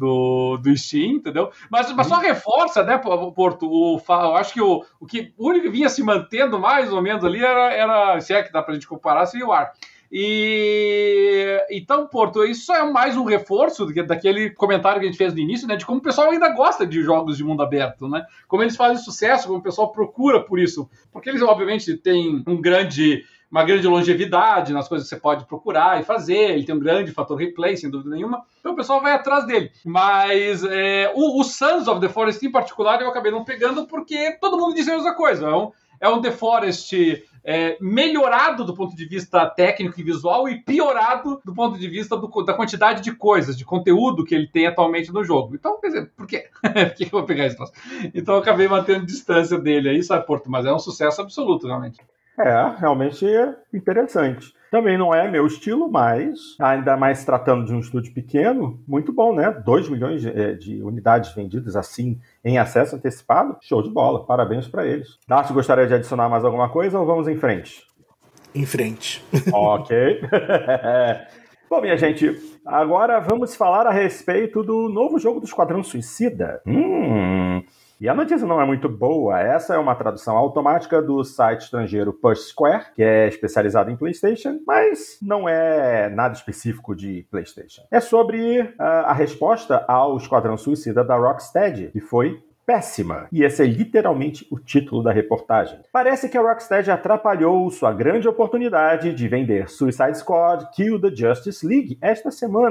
Steam, entendeu? Mas só reforça, né, Porto, eu acho que o único que vinha se mantendo mais ou menos ali era se é que dá pra gente comparar, seria o Ark. Então, Porto, isso é mais um reforço daquele comentário que a gente fez no início, né, de como o pessoal ainda gosta de jogos de mundo aberto, né? Como eles fazem sucesso, como o pessoal procura por isso. Porque eles, obviamente, têm uma grande longevidade nas coisas que você pode procurar e fazer, ele tem um grande fator replay, sem dúvida nenhuma, então o pessoal vai atrás dele. Mas o Sons of the Forest, em particular, eu acabei não pegando porque todo mundo diz a mesma coisa. É um The Forest melhorado do ponto de vista técnico e visual e piorado do ponto de vista da quantidade de coisas, de conteúdo que ele tem atualmente no jogo. Então, quer dizer, por quê? Por que eu vou pegar isso? Então eu acabei mantendo distância dele aí, sabe, Porto? Mas é um sucesso absoluto, realmente. Realmente é interessante. Também não é meu estilo, mas ainda mais tratando de um estúdio pequeno, muito bom, né? 2 milhões de unidades vendidas assim em acesso antecipado, show de bola, parabéns para eles. Darcy, gostaria de adicionar mais alguma coisa ou vamos em frente? Em frente. Ok. Bom, minha gente, agora vamos falar a respeito do novo jogo do Esquadrão Suicida. E a notícia não é muito boa. Essa é uma tradução automática do site estrangeiro Push Square, que é especializado em PlayStation, mas não é nada específico de PlayStation. É sobre a resposta ao Esquadrão Suicida da Rocksteady, que foi péssima. E esse é literalmente o título da reportagem. Parece que a Rocksteady atrapalhou sua grande oportunidade de vender Suicide Squad Kill the Justice League esta semana,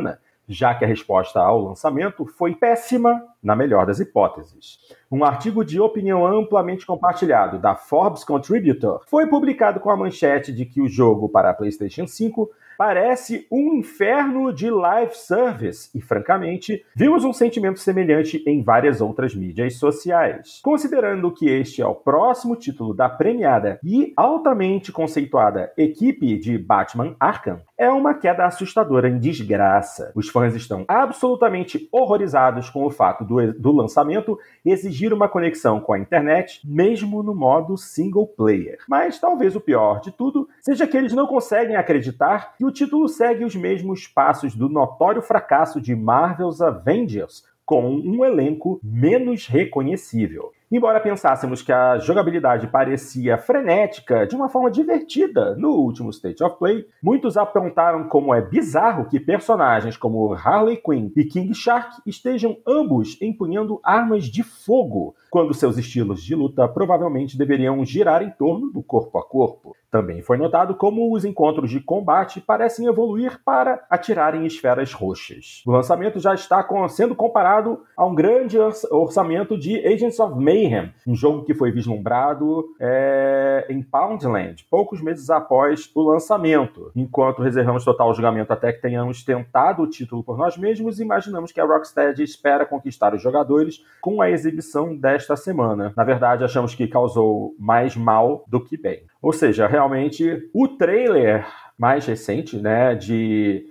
já que a resposta ao lançamento foi péssima, na melhor das hipóteses. Um artigo de opinião amplamente compartilhado da Forbes Contributor foi publicado com a manchete de que o jogo para a PlayStation 5 parece um inferno de live service e, francamente, vimos um sentimento semelhante em várias outras mídias sociais. Considerando que este é o próximo título da premiada e altamente conceituada equipe de Batman Arkham, é uma queda assustadora em desgraça. Os fãs estão absolutamente horrorizados com o fato do lançamento exigir uma conexão com a internet, mesmo no modo single player. Mas talvez o pior de tudo seja que eles não conseguem acreditar que o título segue os mesmos passos do notório fracasso de Marvel's Avengers, com um elenco menos reconhecível. Embora pensássemos que a jogabilidade parecia frenética de uma forma divertida no último State of Play, muitos apontaram como é bizarro que personagens como Harley Quinn e King Shark estejam ambos empunhando armas de fogo, quando seus estilos de luta provavelmente deveriam girar em torno do corpo a corpo. Também foi notado como os encontros de combate parecem evoluir para atirar em esferas roxas. O lançamento já está sendo comparado a um grande orçamento de Agents of Mayhem, um jogo que foi vislumbrado em Poundland, poucos meses após o lançamento. Enquanto reservamos total julgamento até que tenhamos tentado o título por nós mesmos, imaginamos que a Rocksteady espera conquistar os jogadores com a exibição desta semana. Na verdade, achamos que causou mais mal do que bem. Ou seja, realmente, o trailer mais recente, né, de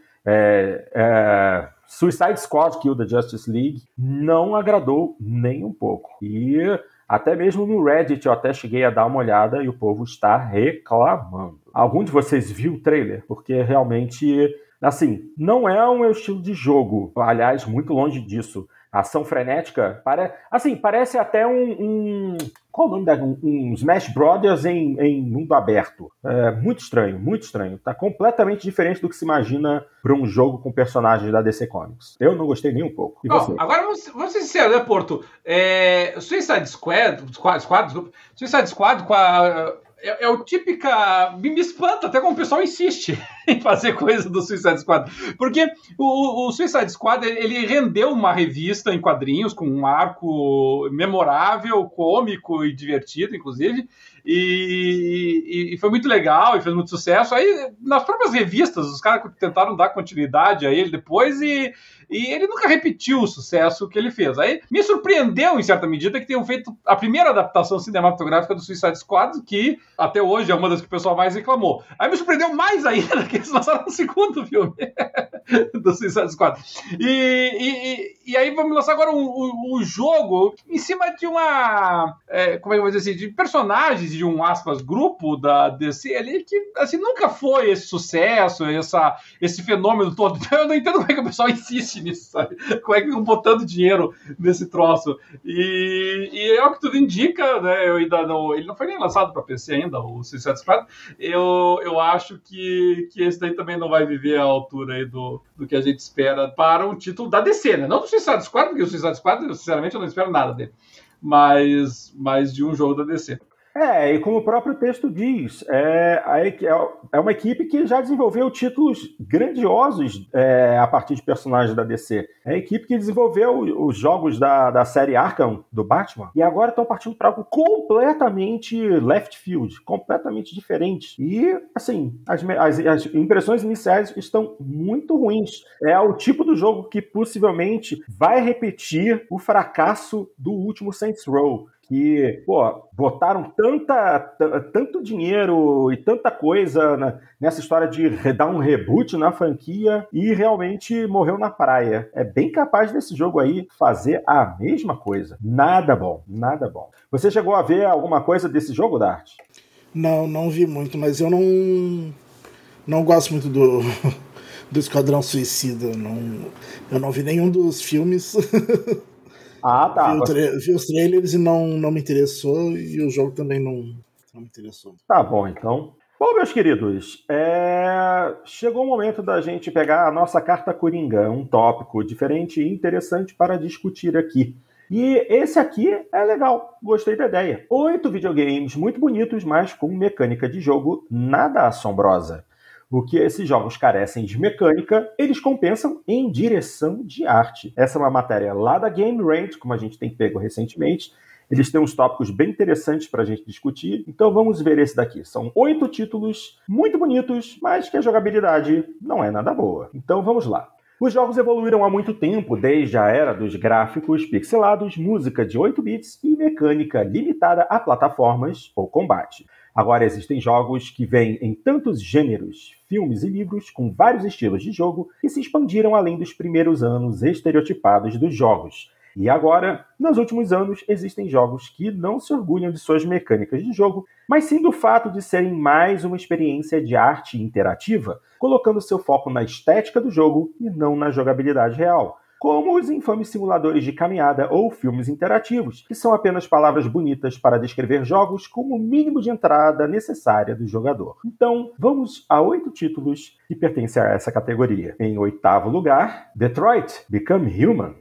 Suicide Squad Kill the Justice League não agradou nem um pouco. E até mesmo no Reddit eu até cheguei a dar uma olhada e o povo está reclamando. Algum de vocês viu o trailer? Porque realmente, assim, não é o meu estilo de jogo. Aliás, muito longe disso. A ação frenética, parece até qual o nome um Smash Brothers em mundo aberto. É muito estranho, muito estranho. Tá completamente diferente do que se imagina para um jogo com personagens da DC Comics. Eu não gostei nem um pouco. E você? Agora, vamos ser sinceros, né, Porto? Suicide Squad com a... É o típica... Me espanta até como o pessoal insiste em fazer coisa do Suicide Squad. Porque o Suicide Squad, ele rendeu uma revista em quadrinhos com um arco memorável, cômico e divertido, inclusive. E foi muito legal e fez muito sucesso. Aí, nas próprias revistas, os caras tentaram dar continuidade a ele depois e ele nunca repetiu o sucesso que ele fez. Aí me surpreendeu, em certa medida, que tenham feito a primeira adaptação cinematográfica do Suicide Squad, que até hoje é uma das que o pessoal mais reclamou. Aí me surpreendeu mais ainda que eles lançaram o segundo filme do Suicide Squad. E aí vamos lançar agora um jogo em cima de uma... como é que eu vou dizer assim? De personagens de um, aspas, grupo da DC ali que, assim, nunca foi esse sucesso, esse fenômeno todo. Então eu não entendo como é que o pessoal insiste nisso, sabe? Como é que estão botando dinheiro nesse troço. E é o que tudo indica, né? Ele não foi nem lançado para PC ainda, o Suicide Squad. Eu acho que esse daí também não vai viver à altura aí do que a gente espera para um título da DC, né? Não do Suicide Squad, porque o Suicide Squad, sinceramente, eu não espero nada dele. Mas de um jogo da DC. E como o próprio texto diz, é uma equipe que já desenvolveu títulos grandiosos a partir de personagens da DC. É a equipe que desenvolveu os jogos da série Arkham, do Batman, e agora estão partindo para algo completamente left field, completamente diferente. E, assim, as impressões iniciais estão muito ruins. É o tipo do jogo que possivelmente vai repetir o fracasso do último Saints Row. Que, botaram tanto dinheiro e tanta coisa nessa história de dar um reboot na franquia e realmente morreu na praia. É bem capaz desse jogo aí fazer a mesma coisa. Nada bom, nada bom. Você chegou a ver alguma coisa desse jogo, Dart? Não vi muito, mas eu não gosto muito do Esquadrão Suicida. Eu não vi nenhum dos filmes. Ah, tá. Vi os trailers e não me interessou, e o jogo também não me interessou. Tá bom, então. Bom, meus queridos, chegou o momento da gente pegar a nossa carta Coringa, um tópico diferente e interessante para discutir aqui. E esse aqui é legal, gostei da ideia. 8 videogames muito bonitos, mas com mecânica de jogo nada assombrosa. O que esses jogos carecem de mecânica, eles compensam em direção de arte. Essa é uma matéria lá da Game Rant, como a gente tem pego recentemente. Eles têm uns tópicos bem interessantes para a gente discutir, então vamos ver esse daqui. São 8 títulos muito bonitos, mas que a jogabilidade não é nada boa. Então vamos lá. Os jogos evoluíram há muito tempo, desde a era dos gráficos pixelados, música de 8 bits e mecânica limitada a plataformas ou combate. Agora existem jogos que vêm em tantos gêneros, filmes e livros com vários estilos de jogo que se expandiram além dos primeiros anos estereotipados dos jogos. E agora, nos últimos anos, existem jogos que não se orgulham de suas mecânicas de jogo, mas sim do fato de serem mais uma experiência de arte interativa, colocando seu foco na estética do jogo e não na jogabilidade real, como os infames simuladores de caminhada ou filmes interativos, que são apenas palavras bonitas para descrever jogos como o mínimo de entrada necessária do jogador. Então, vamos a 8 títulos que pertencem a essa categoria. Em 8º lugar, Detroit Become Human.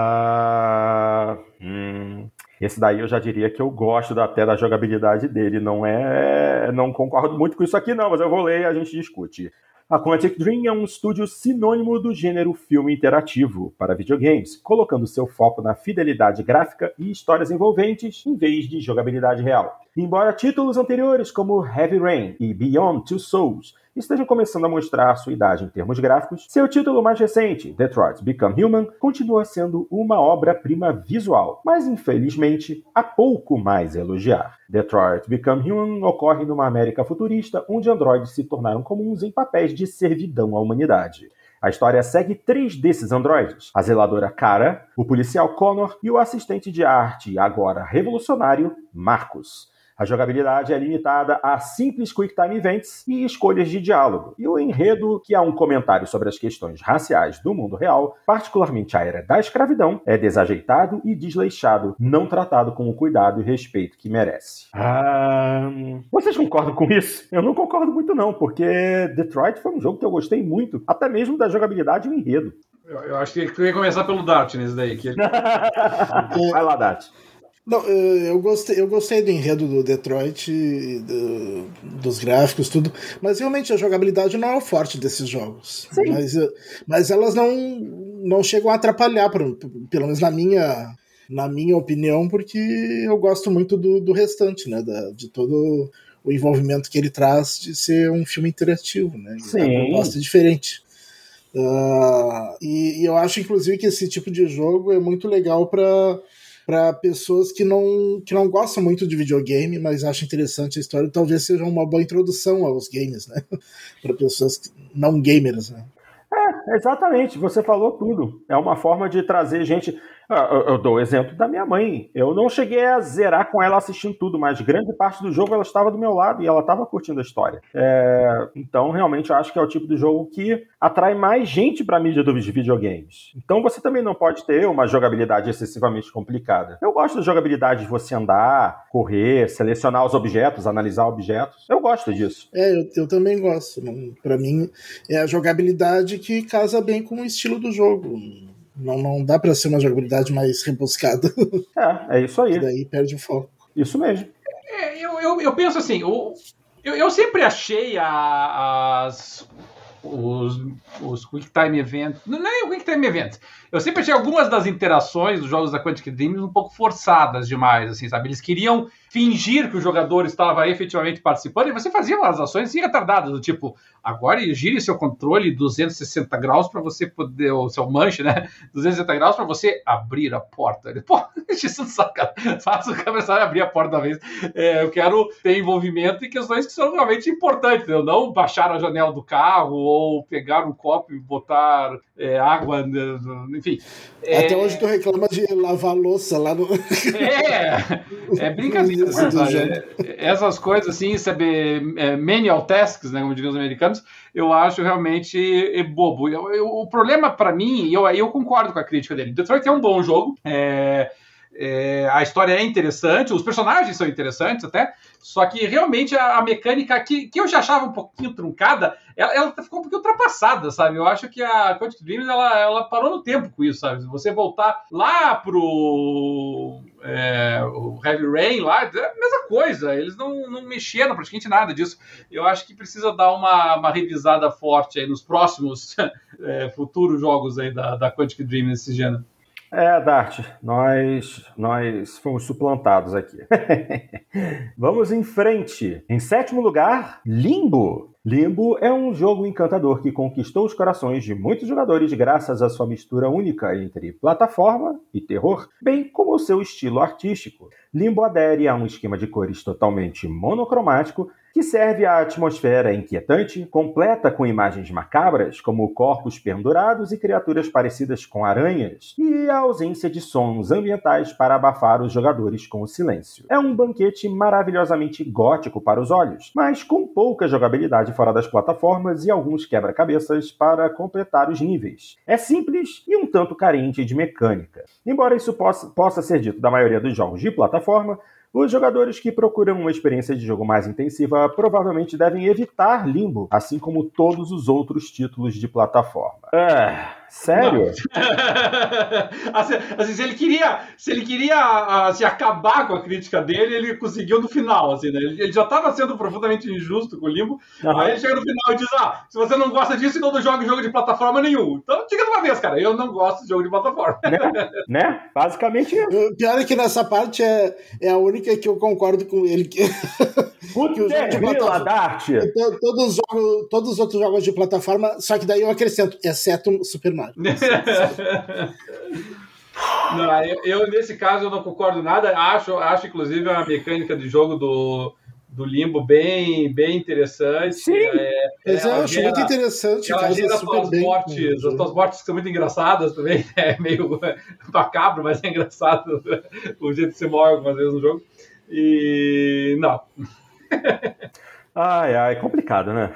Esse daí eu já diria que eu gosto até da jogabilidade dele. Não concordo muito com isso aqui não, mas eu vou ler e a gente discute. A Quantic Dream é um estúdio sinônimo do gênero filme interativo para videogames, colocando seu foco na fidelidade gráfica e histórias envolventes em vez de jogabilidade real. Embora títulos anteriores como Heavy Rain e Beyond Two Souls estejam começando a mostrar sua idade em termos gráficos, seu título mais recente, Detroit Become Human, continua sendo uma obra-prima visual, mas infelizmente há pouco mais a elogiar. Detroit Become Human ocorre numa América futurista onde androides se tornaram comuns em papéis de servidão à humanidade. A história segue 3 desses androides, a zeladora Kara, o policial Connor e o assistente de arte, agora revolucionário, Marcus. A jogabilidade é limitada a simples Quick Time Events e escolhas de diálogo, e o enredo, que é um comentário sobre as questões raciais do mundo real, particularmente a era da escravidão, é desajeitado e desleixado, não tratado com o cuidado e respeito que merece. Vocês concordam com isso? Eu não concordo muito não, porque Detroit foi um jogo que eu gostei muito, até mesmo da jogabilidade e o enredo. Eu acho que eu ia começar pelo Dart nesse daí. Vai lá, Dart. Não, eu gostei do enredo do Detroit, dos gráficos, tudo, mas realmente a jogabilidade não é o forte desses jogos. Mas elas não chegam a atrapalhar, pelo menos na minha opinião, porque eu gosto muito do restante, né, de todo o envolvimento que ele traz de ser um filme interativo, né? Sim. Eu gosto diferente. E eu acho, inclusive, que esse tipo de jogo é muito legal para pessoas que não gostam muito de videogame, mas acham interessante a história, talvez seja uma boa introdução aos games, né? Para pessoas não gamers, né? Exatamente, você falou tudo. É uma forma de trazer gente... Eu dou o exemplo da minha mãe. Eu não cheguei a zerar com ela assistindo tudo, mas grande parte do jogo ela estava do meu lado e ela estava curtindo a história. Então, realmente, eu acho que é o tipo de jogo que atrai mais gente para a mídia dos videogames. Então, você também não pode ter uma jogabilidade excessivamente complicada. Eu gosto da jogabilidade de você andar, correr, selecionar os objetos, analisar objetos. Eu gosto disso. Eu também gosto. Para mim, é a jogabilidade que casa bem com o estilo do jogo. Não dá pra ser uma jogabilidade mais rebuscada. É isso aí. E daí perde o foco. Isso mesmo. Eu penso assim, eu sempre achei os Quick Time Events, não é o Quick Time Events, eu sempre achei algumas das interações dos jogos da Quantic Dream um pouco forçadas demais, assim, sabe? Eles queriam fingir que o jogador estava efetivamente participando e você fazia umas ações assim retardadas, do tipo, agora gire seu controle 260 graus para você poder, o seu manche, né? 260 graus para você abrir a porta. Ele, isso não saca, faça o começar a abrir a porta da vez. Eu quero ter envolvimento em questões que são realmente importantes, entendeu? Não baixar a janela do carro ou pegar um copo e botar água, enfim. Até hoje tu reclama de lavar louça lá no... É brincadeira. Essas coisas assim, sabe, manual tasks, né, como diriam os americanos, eu acho realmente bobo. O problema para mim, eu concordo com a crítica dele, Detroit é um bom jogo, a história é interessante, os personagens são interessantes até, só que realmente a mecânica que eu já achava um pouquinho truncada, ela ficou um pouquinho ultrapassada, sabe? Eu acho que a Quantic Dream ela parou no tempo com isso, sabe? Se você voltar lá pro o Heavy Rain lá, é a mesma coisa, eles não mexeram praticamente nada disso. Eu acho que precisa dar uma revisada forte aí nos próximos futuros jogos aí da Quantic Dream nesse gênero. Dart, nós fomos suplantados aqui. Vamos em frente. Em 7º lugar, Limbo. Limbo é um jogo encantador que conquistou os corações de muitos jogadores graças à sua mistura única entre plataforma e terror, bem como o seu estilo artístico. Limbo adere a um esquema de cores totalmente monocromático que serve à atmosfera inquietante, completa com imagens macabras, como corpos pendurados e criaturas parecidas com aranhas, e a ausência de sons ambientais para abafar os jogadores com o silêncio. É um banquete maravilhosamente gótico para os olhos, mas com pouca jogabilidade fora das plataformas e alguns quebra-cabeças para completar os níveis. É simples e um tanto carente de mecânica. Embora isso possa ser dito da maioria dos jogos de plataforma, os jogadores que procuram uma experiência de jogo mais intensiva provavelmente devem evitar Limbo, assim como todos os outros títulos de plataforma. Sério? Assim, se ele queria acabar com a crítica dele, ele conseguiu no final, assim, né? Ele já estava sendo profundamente injusto com o Limbo, aí ele chega no final e diz, se você não gosta disso, então não joga jogo de plataforma nenhum. Então diga de uma vez, cara, eu não gosto de jogo de plataforma. Né? Basicamente isso. O pior é que nessa parte é a única que eu concordo com ele. Puta grila, Dart! Todos os outros jogos de plataforma, só que daí eu acrescento, exceto Super Mario. Não, eu nesse caso eu não concordo nada. Acho inclusive a mecânica de jogo do Limbo bem interessante. Sim, eu acho muito interessante. Ela gera as tuas mortes que são muito engraçadas também. É meio macabro, mas é engraçado o jeito que você morre algumas vezes no jogo. E não. Ai, complicado, né?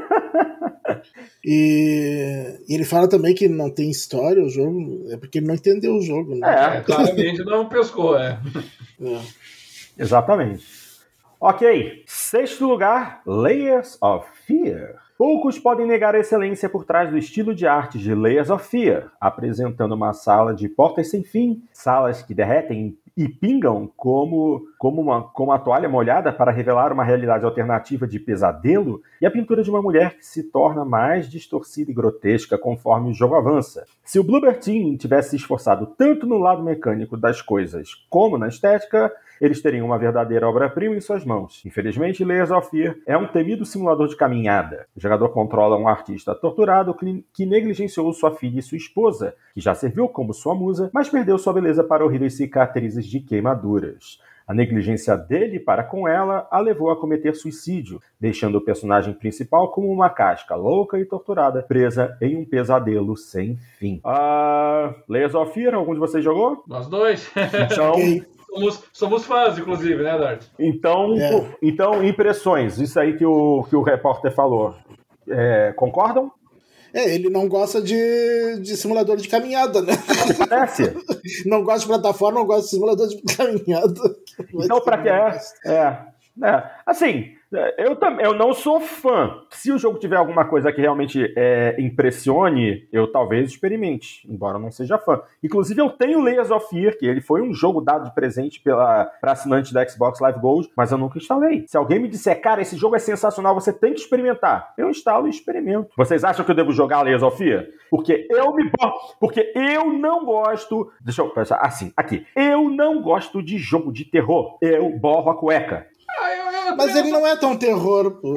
E ele fala também que não tem história o jogo, é porque ele não entendeu o jogo, né? Claramente não pescou, Exatamente. Ok, 6º lugar, Layers of Fear. Poucos podem negar a excelência por trás do estilo de arte de Layers of Fear, apresentando uma sala de portas sem fim, salas que derretem e pingam como a toalha molhada para revelar uma realidade alternativa de pesadelo, e a pintura de uma mulher que se torna mais distorcida e grotesca conforme o jogo avança. Se o Bloober Team tivesse se esforçado tanto no lado mecânico das coisas como na estética, eles teriam uma verdadeira obra-prima em suas mãos. Infelizmente, Layers of Fear é um temido simulador de caminhada. O jogador controla um artista torturado que negligenciou sua filha e sua esposa, que já serviu como sua musa, mas perdeu sua beleza para horríveis cicatrizes de queimaduras. A negligência dele para com ela a levou a cometer suicídio, deixando o personagem principal como uma casca louca e torturada, presa em um pesadelo sem fim. Layers of Fear, algum de vocês jogou? Nós dois. Então... Somos fãs, inclusive, né, Dart? Então, impressões. Isso aí que o repórter falou. Concordam? Ele não gosta de simulador de caminhada, né? Parece. Não gosta de plataforma, não gosta de simulador de caminhada. Então, pra que assim, eu não sou fã. Se o jogo tiver alguma coisa que realmente impressione, eu talvez experimente, embora eu não seja fã. Inclusive, eu tenho Layers of Fear, que ele foi um jogo dado de presente para assinante da Xbox Live Gold, mas eu nunca instalei. Se alguém me disser, cara, esse jogo é sensacional, você tem que experimentar, eu instalo e experimento. Vocês acham que eu devo jogar Layers of Fear? Porque eu não gosto... Deixa eu pensar assim, aqui. Eu não gosto de jogo de terror. Eu borro a cueca. Mas ele não é tão terror, pô.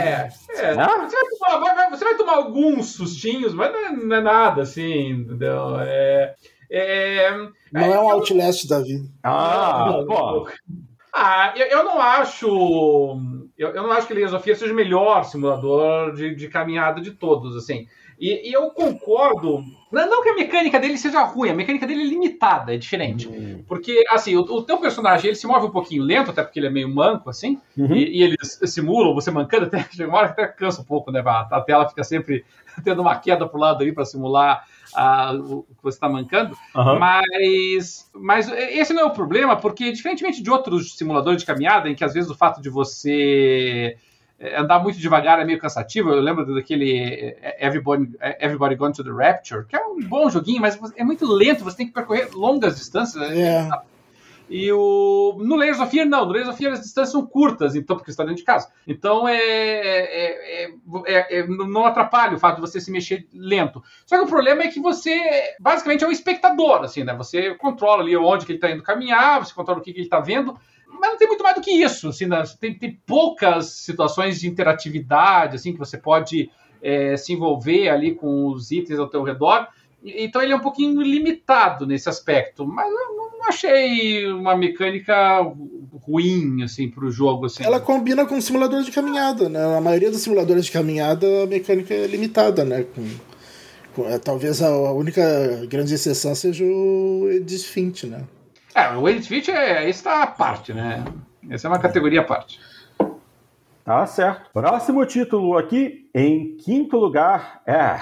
Você vai tomar alguns sustinhos, mas não é nada, assim, entendeu? Não é um Outlast da vida. Pô. Eu não acho que Layers of Fear seja o melhor simulador de caminhada de todos, assim. E eu concordo, não que a mecânica dele seja ruim, a mecânica dele é limitada, é diferente. Porque, assim, o teu personagem, ele se move um pouquinho lento, até porque ele é meio manco, assim, e eles simulam você mancando, até chega uma hora que até cansa um pouco, né? A tela fica sempre tendo uma queda pro lado aí para simular o que você está mancando. Mas esse não é o problema, porque, diferentemente de outros simuladores de caminhada, em que às vezes o fato de você andar muito devagar é meio cansativo. Eu lembro daquele Everybody Gone to the Rapture, que é um bom joguinho, mas é muito lento, você tem que percorrer longas distâncias. E no Layers of Fear, não. No Layers of Fear as distâncias são curtas, então, porque você está dentro de casa. Então, não atrapalha o fato de você se mexer lento. Só que o problema é que você, basicamente, é um espectador, assim, né? Você controla ali onde que ele está indo caminhar, você controla o que ele está vendo, mas não tem muito mais do que isso, assim, né? Tem poucas situações de interatividade, assim, que você pode se envolver ali com os itens ao teu redor. Então ele é um pouquinho limitado nesse aspecto, mas eu não achei uma mecânica ruim, assim, pro jogo, assim. Ela combina com simuladores de caminhada, né? A maioria dos simuladores de caminhada, a mecânica é limitada, né? Talvez a única grande exceção seja o Edith Finch, né? O Edith Finch está à parte, né? Essa é uma categoria à parte. Tá certo. Próximo título aqui, em quinto lugar.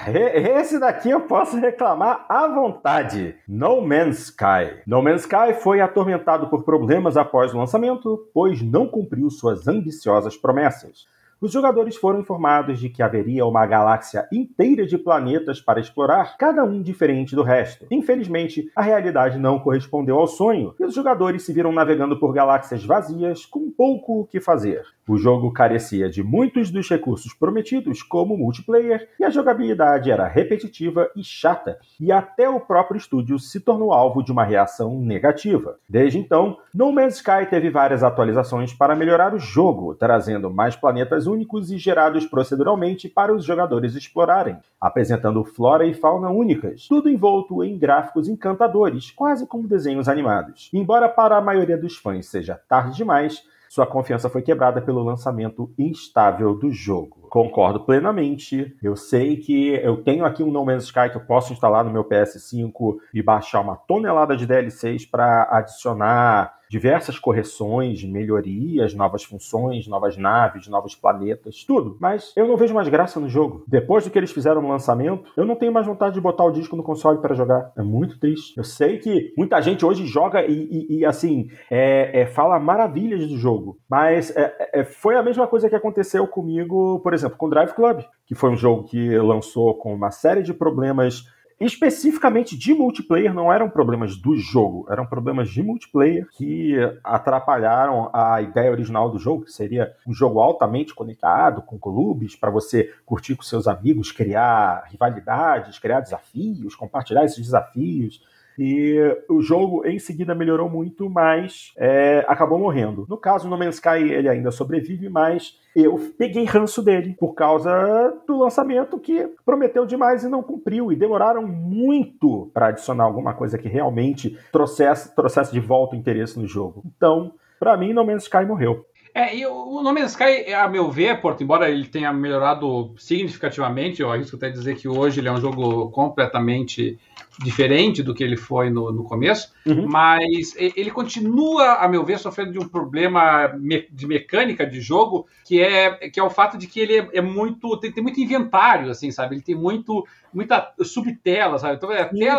Esse daqui eu posso reclamar à vontade. No Man's Sky. No Man's Sky foi atormentado por problemas após o lançamento, pois não cumpriu suas ambiciosas promessas. Os jogadores foram informados de que haveria uma galáxia inteira de planetas para explorar, cada um diferente do resto. Infelizmente, a realidade não correspondeu ao sonho, e os jogadores se viram navegando por galáxias vazias com pouco o que fazer. O jogo carecia de muitos dos recursos prometidos, como multiplayer, e a jogabilidade era repetitiva e chata, e até o próprio estúdio se tornou alvo de uma reação negativa. Desde então, No Man's Sky teve várias atualizações para melhorar o jogo, trazendo mais planetas únicos e gerados proceduralmente para os jogadores explorarem, apresentando flora e fauna únicas, tudo envolto em gráficos encantadores, quase como desenhos animados. Embora para a maioria dos fãs seja tarde demais, sua confiança foi quebrada pelo lançamento instável do jogo. Concordo plenamente. Eu sei que eu tenho aqui um No Man's Sky que eu posso instalar no meu PS5 e baixar uma tonelada de DLCs para adicionar diversas correções, melhorias, novas funções, novas naves, novos planetas, tudo. Mas eu não vejo mais graça no jogo. Depois do que eles fizeram no lançamento, eu não tenho mais vontade de botar o disco no console para jogar. É muito triste. Eu sei que muita gente hoje joga e assim, fala maravilhas do jogo. Mas foi a mesma coisa que aconteceu comigo, por exemplo, com Drive Club, que foi um jogo que lançou com uma série de problemas especificamente de multiplayer. Não eram problemas do jogo, eram problemas de multiplayer que atrapalharam a ideia original do jogo, que seria um jogo altamente conectado, com clubes, para você curtir com seus amigos, criar rivalidades, criar desafios, compartilhar esses desafios. E o jogo em seguida melhorou muito, mas acabou morrendo. No caso, No Man's Sky ele ainda sobrevive, mas eu peguei ranço dele por causa do lançamento, que prometeu demais e não cumpriu, e demoraram muito para adicionar alguma coisa que realmente trouxesse de volta o interesse no jogo. Então, para mim, No Man's Sky morreu. E o No Man's Sky, a meu ver, Porto, embora ele tenha melhorado significativamente, eu arrisco até dizer que hoje ele é um jogo completamente diferente do que ele foi no começo, mas ele continua, a meu ver, sofrendo de um problema de mecânica de jogo, que é o fato de que ele é muito, tem muito inventário, assim, sabe? Ele tem muita subtela, sabe? Então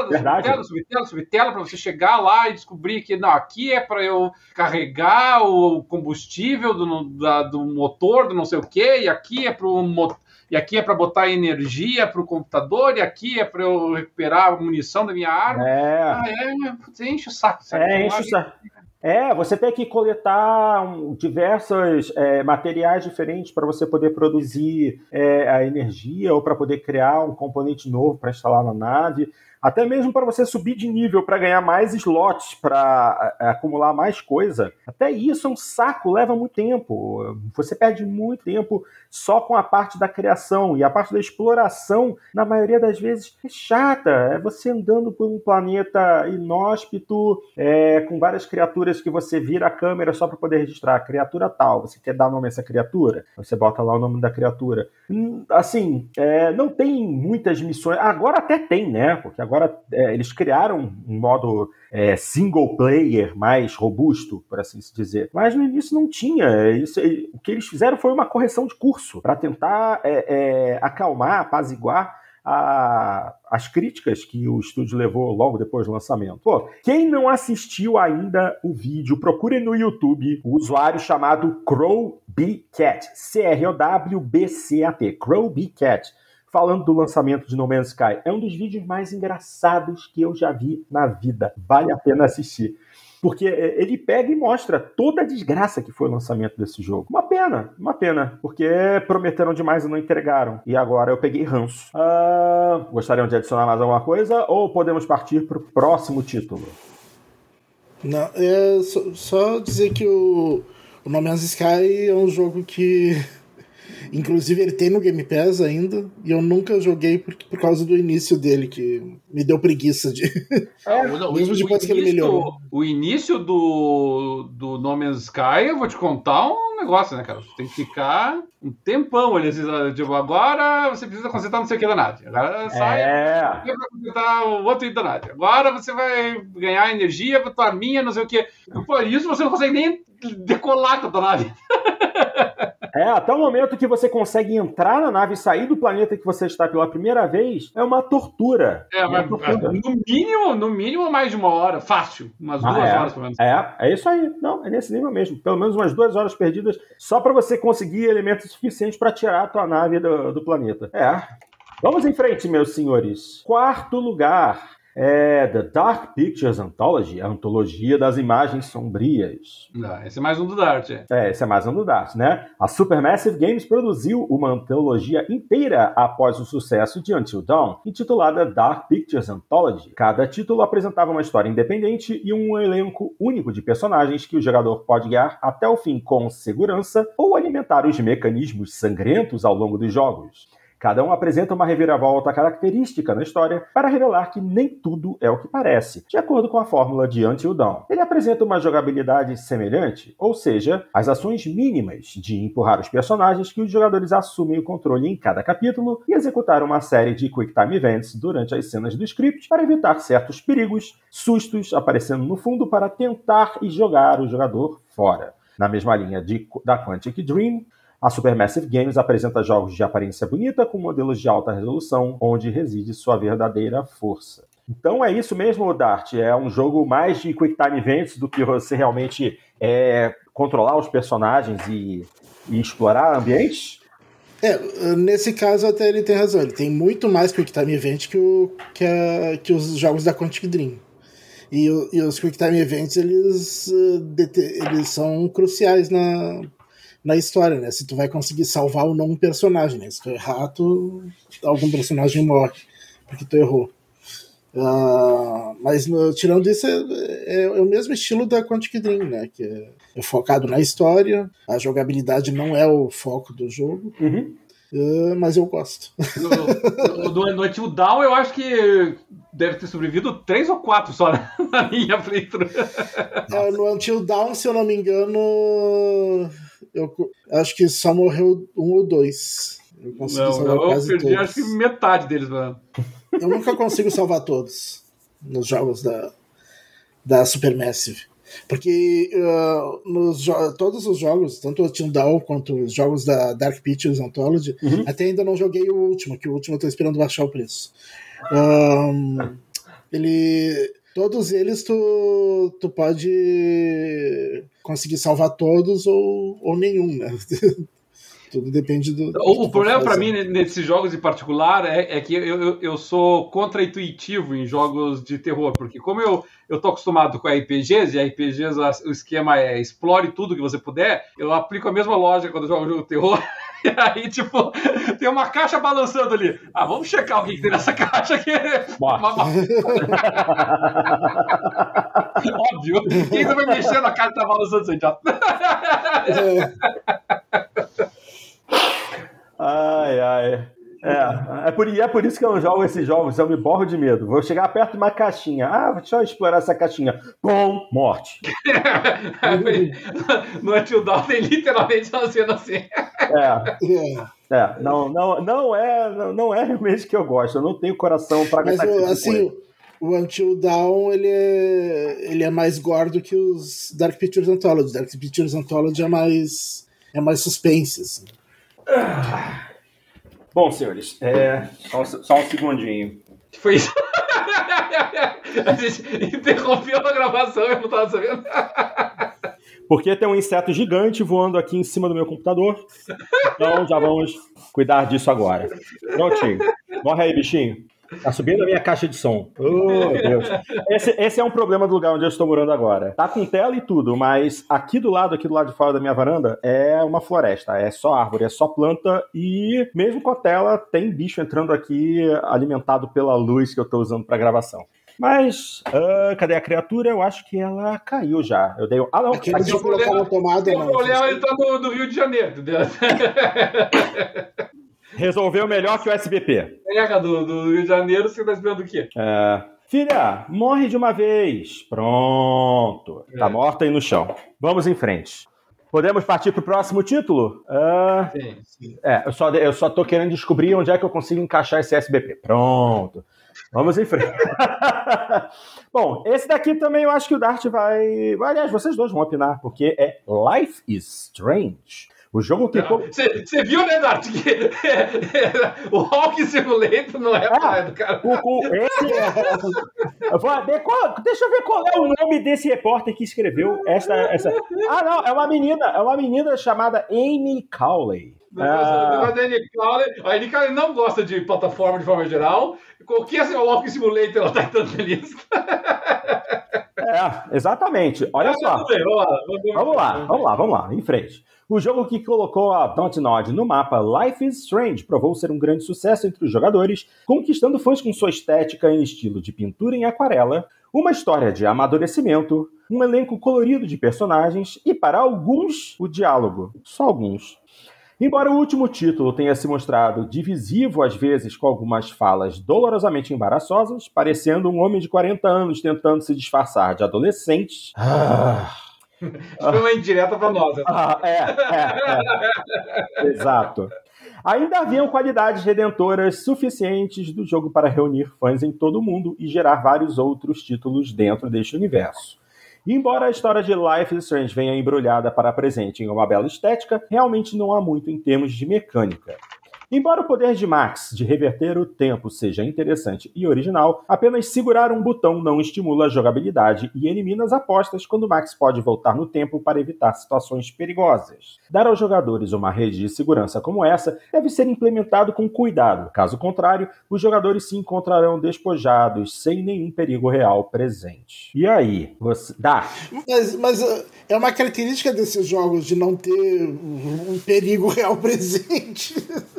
subtela, para você chegar lá e descobrir que não, aqui é para eu carregar o combustível do motor, do não sei o quê, e aqui é para o motor. E aqui é para botar energia para o computador, e aqui é para eu recuperar a munição da minha arma. Enche o saco. Sabe? Enche o saco. Você tem que coletar diversos materiais diferentes para você poder produzir a energia, ou para poder criar um componente novo para instalar na nave. Até mesmo para você subir de nível, para ganhar mais slots, para acumular mais coisa. Até isso é um saco, leva muito tempo. Você perde muito tempo só com a parte da criação. E a parte da exploração, na maioria das vezes, é chata. É você andando por um planeta inóspito, com várias criaturas que você vira a câmera só para poder registrar. Criatura tal, você quer dar nome a essa criatura? Você bota lá o nome da criatura. Assim, não tem muitas missões. Agora até tem, né? Porque agora eles criaram um modo single player mais robusto, por assim se dizer. Mas no início não tinha. O que eles fizeram foi uma correção de curso para tentar acalmar, apaziguar as críticas que o estúdio levou logo depois do lançamento. Pô, quem não assistiu ainda o vídeo, procure no YouTube o usuário chamado CrowBcat, CROWBCAT, CrowBcat, falando do lançamento de No Man's Sky. É um dos vídeos mais engraçados que eu já vi na vida. Vale a pena assistir. porque ele pega e mostra toda a desgraça que foi o lançamento desse jogo. Uma pena, porque prometeram demais e não entregaram. E agora eu peguei ranço. Gostariam de adicionar mais alguma coisa ou podemos partir para o próximo título? Não, só dizer que o No Man's Sky é um jogo que inclusive ele tem no Game Pass ainda, e eu nunca joguei por causa do início dele, que me deu preguiça de... Mesmo depois que ele melhorou. O início do No Man's Sky, eu vou te contar um negócio, né, cara? Você tem que ficar um tempão ali, tipo, agora você precisa consertar não sei o que da nave. Agora sai, você vai consertar o outro da nave. Agora você vai ganhar energia pra tua arminha, não sei o que. Por isso você não consegue nem decolar com a tua nave. Até o momento que você consegue entrar na nave e sair do planeta que você está pela primeira vez, é uma tortura. Mas no mínimo mais de 1 hora, fácil. Umas 2 horas, pelo menos. É isso aí. Não, é nesse nível mesmo. Pelo menos umas 2 horas perdidas só para você conseguir elementos suficientes para tirar a tua nave do planeta. Vamos em frente, meus senhores. 4º lugar. The Dark Pictures Anthology, a antologia das imagens sombrias. Esse é mais um do Dart. Esse é mais um do Dart, né? A Supermassive Games produziu uma antologia inteira após o sucesso de Until Dawn, intitulada Dark Pictures Anthology. Cada título apresentava uma história independente e um elenco único de personagens que o jogador pode guiar até o fim com segurança ou alimentar os mecanismos sangrentos ao longo dos jogos. Cada um apresenta uma reviravolta característica na história para revelar que nem tudo é o que parece, de acordo com a fórmula de Until Dawn. Ele apresenta uma jogabilidade semelhante, ou seja, as ações mínimas de empurrar os personagens que os jogadores assumem o controle em cada capítulo e executar uma série de Quick Time Events durante as cenas do script para evitar certos perigos, sustos aparecendo no fundo para tentar e jogar o jogador fora. Na mesma linha da Quantic Dream, a Supermassive Games apresenta jogos de aparência bonita com modelos de alta resolução, onde reside sua verdadeira força. Então é isso mesmo, Dart? É um jogo mais de Quick Time Events do que você realmente controlar os personagens e explorar ambientes? Nesse caso até ele tem razão. Ele tem muito mais Quick Time Event que os jogos da Quantic Dream. E os Quick Time Events, eles são cruciais na história, né? Se tu vai conseguir salvar ou não um personagem, né? Se tu errar, algum personagem morre porque tu errou. Mas tirando isso, é o mesmo estilo da Quantic Dream, né? Que é focado na história, a jogabilidade não é o foco do jogo. Mas eu gosto. No Until Dawn, eu acho que deve ter sobrevivido 3 ou 4 só na minha playthrough. No Until Dawn, se eu não me engano, eu acho que só morreu 1 ou 2. Eu consegui salvar quase perdi todos. Acho que metade deles, mano. Eu nunca consigo salvar todos nos jogos da Supermassive. Porque todos os jogos, tanto o Until Dawn quanto os jogos da Dark Pictures Anthology, até ainda não joguei o último, que o último eu tô esperando baixar o preço. Todos eles tu pode conseguir salvar todos ou nenhum, né? Tudo depende do... O problema para mim nesses jogos em particular é que eu sou contra-intuitivo em jogos de terror, porque como eu tô acostumado com RPGs, e RPGs o esquema é explore tudo que você puder, eu aplico a mesma lógica quando eu jogo um jogo de terror. E aí, tipo, tem uma caixa balançando ali. Vamos checar o que tem nessa caixa aqui. Óbvio. Quem vai mexer na caixa que tá balançando, seu idiota? Ai. É por isso que eu não jogo esses jogos, eu me borro de medo. Vou chegar perto de uma caixinha. Deixa eu explorar essa caixinha. Pum, morte. No Until Dawn tem literalmente uma cena assim. Não é realmente que eu gosto. Eu não tenho coração pra gastar isso. Assim, o Until Dawn, ele é mais gore do que os Dark Pictures Anthology. Dark Pictures Anthology é mais suspense, assim. Bom, senhores, só um segundinho. Foi isso. A gente interrompeu a gravação, eu não estava sabendo. Porque tem um inseto gigante voando aqui em cima do meu computador. Então já vamos cuidar disso agora. Prontinho. Morre aí, bichinho. Tá subindo a minha caixa de som. Oh, Deus. Esse é um problema do lugar onde eu estou morando agora. Tá com tela e tudo, mas aqui do lado de fora da minha varanda, é uma floresta. É só árvore, é só planta e mesmo com a tela, tem bicho entrando aqui alimentado pela luz que eu tô usando pra gravação. Mas, cadê a criatura? Eu acho que ela caiu já. Eu dei um... não. Aquele de colocar na tomada, não. O problema ele tá no Rio de Janeiro, entendeu? Resolveu melhor que o SBP. Do Rio de Janeiro, você tá esperando o quê? Filha, morre de uma vez. Pronto. Tá morta aí no chão. Vamos em frente. Podemos partir pro próximo título? Sim. Eu só tô querendo descobrir onde é que eu consigo encaixar esse SBP. Pronto. Vamos em frente. Bom, esse daqui também eu acho que o Dart vai... Aliás, vocês dois vão opinar, porque é Life is Strange. O jogo que... Você viu, né, Dart? Que o Walking Simulator não é praia do cara. Deixa eu ver qual é o nome desse repórter que escreveu essa... não, é uma menina chamada Amy Cowley. A Amy Cowley não gosta de plataforma de forma geral. Qualquer Walking Simulator ela tá entrando feliz. Exatamente. Olha só. Vamos lá, em frente. O jogo que colocou a Dontnod no mapa Life is Strange provou ser um grande sucesso entre os jogadores, conquistando fãs com sua estética em estilo de pintura em aquarela, uma história de amadurecimento, um elenco colorido de personagens e, para alguns, o diálogo. Só alguns. Embora o último título tenha se mostrado divisivo às vezes com algumas falas dolorosamente embaraçosas, parecendo um homem de 40 anos tentando se disfarçar de adolescente... Foi uma indireta pra nós. Exato. Ainda haviam qualidades redentoras suficientes do jogo para reunir fãs em todo o mundo e gerar vários outros títulos dentro deste universo. E embora a história de Life is Strange venha embrulhada para presente em uma bela estética, realmente não há muito em termos de mecânica. Embora o poder de Max de reverter o tempo seja interessante e original, apenas segurar um botão não estimula a jogabilidade e elimina as apostas quando Max pode voltar no tempo para evitar situações perigosas. Dar aos jogadores uma rede de segurança como essa deve ser implementado com cuidado. Caso contrário, os jogadores se encontrarão despojados sem nenhum perigo real presente. E aí? Mas é uma característica desses jogos de não ter um perigo real presente.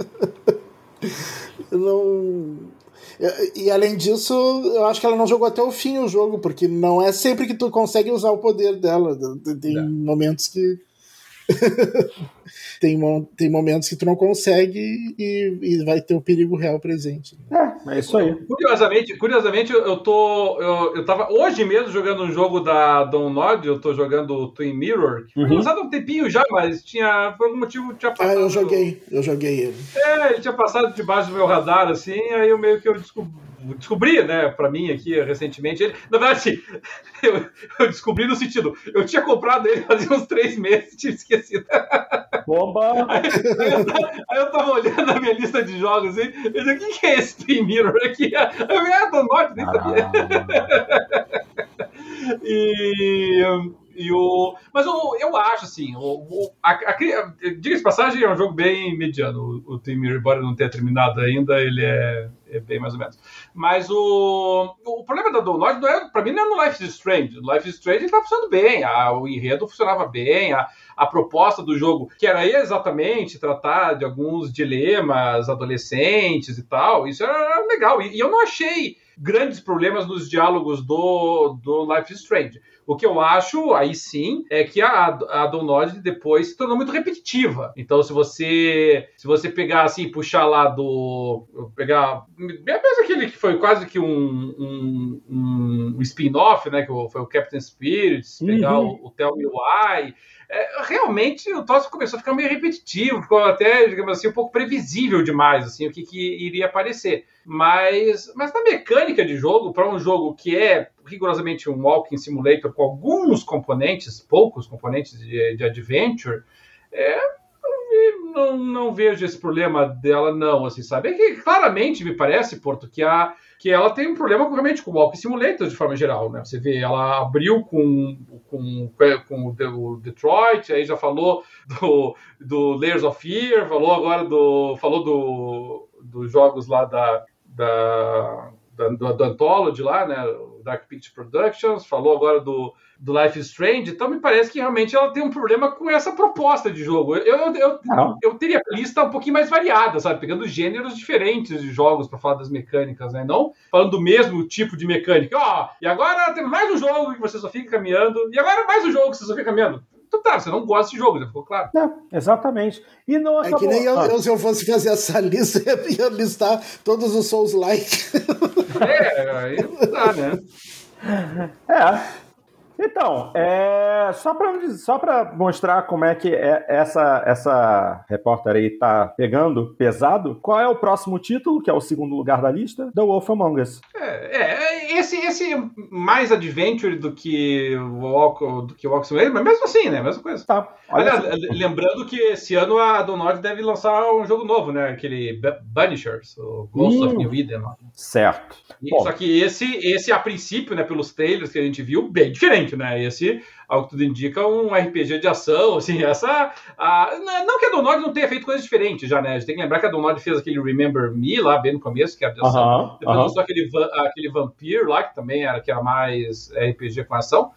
E além disso, eu acho que ela não jogou até o fim o jogo, porque não é sempre que tu consegue usar o poder dela. Tem momentos que tem momentos que tu não consegue e vai ter o perigo real presente. É isso aí. Curiosamente, eu tava hoje mesmo jogando um jogo da Dontnod, eu tô jogando o Twin Mirror. Foi lançado há um tempinho já, mas por algum motivo tinha passado. Eu joguei ele. Ele tinha passado debaixo do meu radar, assim, aí eu meio que descobri, né, pra mim aqui recentemente. Na verdade, assim, eu descobri no sentido, eu tinha comprado ele fazia uns 3 meses e tinha esquecido. Bomba! Aí eu tava olhando a minha lista de jogos assim, eu disse, o que é esse Twin Mirror aqui? Eu do norte, nem sabia. Mas eu acho assim, diga-se de passagem, é um jogo bem mediano. O Twin Mirror, embora não tenha terminado ainda, ele é bem mais ou menos. Mas o problema da Dontnod, pra mim, não é no Life is Strange. No Life is Strange ele tá funcionando bem, o enredo funcionava bem, a proposta do jogo, que era exatamente tratar de alguns dilemas adolescentes e tal, isso era legal. E eu não achei grandes problemas nos diálogos do Life is Strange. O que eu acho, aí sim, é que a Dontnod depois se tornou muito repetitiva. Então, se você pegar assim, puxar lá pegar mesmo aquele que foi quase que um spin-off, né, que foi o Captain Spirits, pegar o Tell Me Why, realmente o troço começou a ficar meio repetitivo, ficou até, digamos assim, um pouco previsível demais, assim, o que iria aparecer. Mas na mecânica de jogo, para um jogo que é rigorosamente um walking simulator com alguns componentes, poucos componentes de adventure, não vejo esse problema dela, não, assim, sabe? É que claramente me parece, Porto, que ela tem um problema realmente com o walking simulator de forma geral, né? Você vê, ela abriu com o Detroit, aí já falou do Layers of Fear, falou agora dos jogos lá do Anthology lá, né? O Dark Picture Productions, falou agora do Life is Strange, então me parece que realmente ela tem um problema com essa proposta de jogo. Eu teria a lista um pouquinho mais variada, sabe? Pegando gêneros diferentes de jogos para falar das mecânicas, né? Não falando do mesmo tipo de mecânica. E agora tem mais um jogo que você só fica caminhando, e agora mais um jogo que você só fica caminhando. Então tá, você não gosta desse jogo, já ficou claro. Exatamente. E não acabou... É que nem eu, se eu fosse fazer essa lista, eu ia listar todos os Souls-like. Aí não dá, né? Então, só para mostrar como é que essa repórter aí tá pegando pesado, qual é o próximo título, que é o segundo lugar da lista? The Wolf Among Us. Esse é mais adventure do que o Walk Simulator, mas mesmo assim, né? Mesma coisa. Tá. Aliás, lembrando que esse ano a Donod deve lançar um jogo novo, né? Aquele Banishers, o Ghost of New Eden. Certo. Só que esse, a princípio, né, pelos trailers que a gente viu, bem diferente, né? Esse, ao que tudo indica, um RPG de ação, assim, não que a Donod não tenha feito coisas diferentes já, né? A gente tem que lembrar que a Donod fez aquele Remember Me lá, bem no começo, que era de ação. Depois lançou aquele Vampire lá, que também era mais RPG com ação.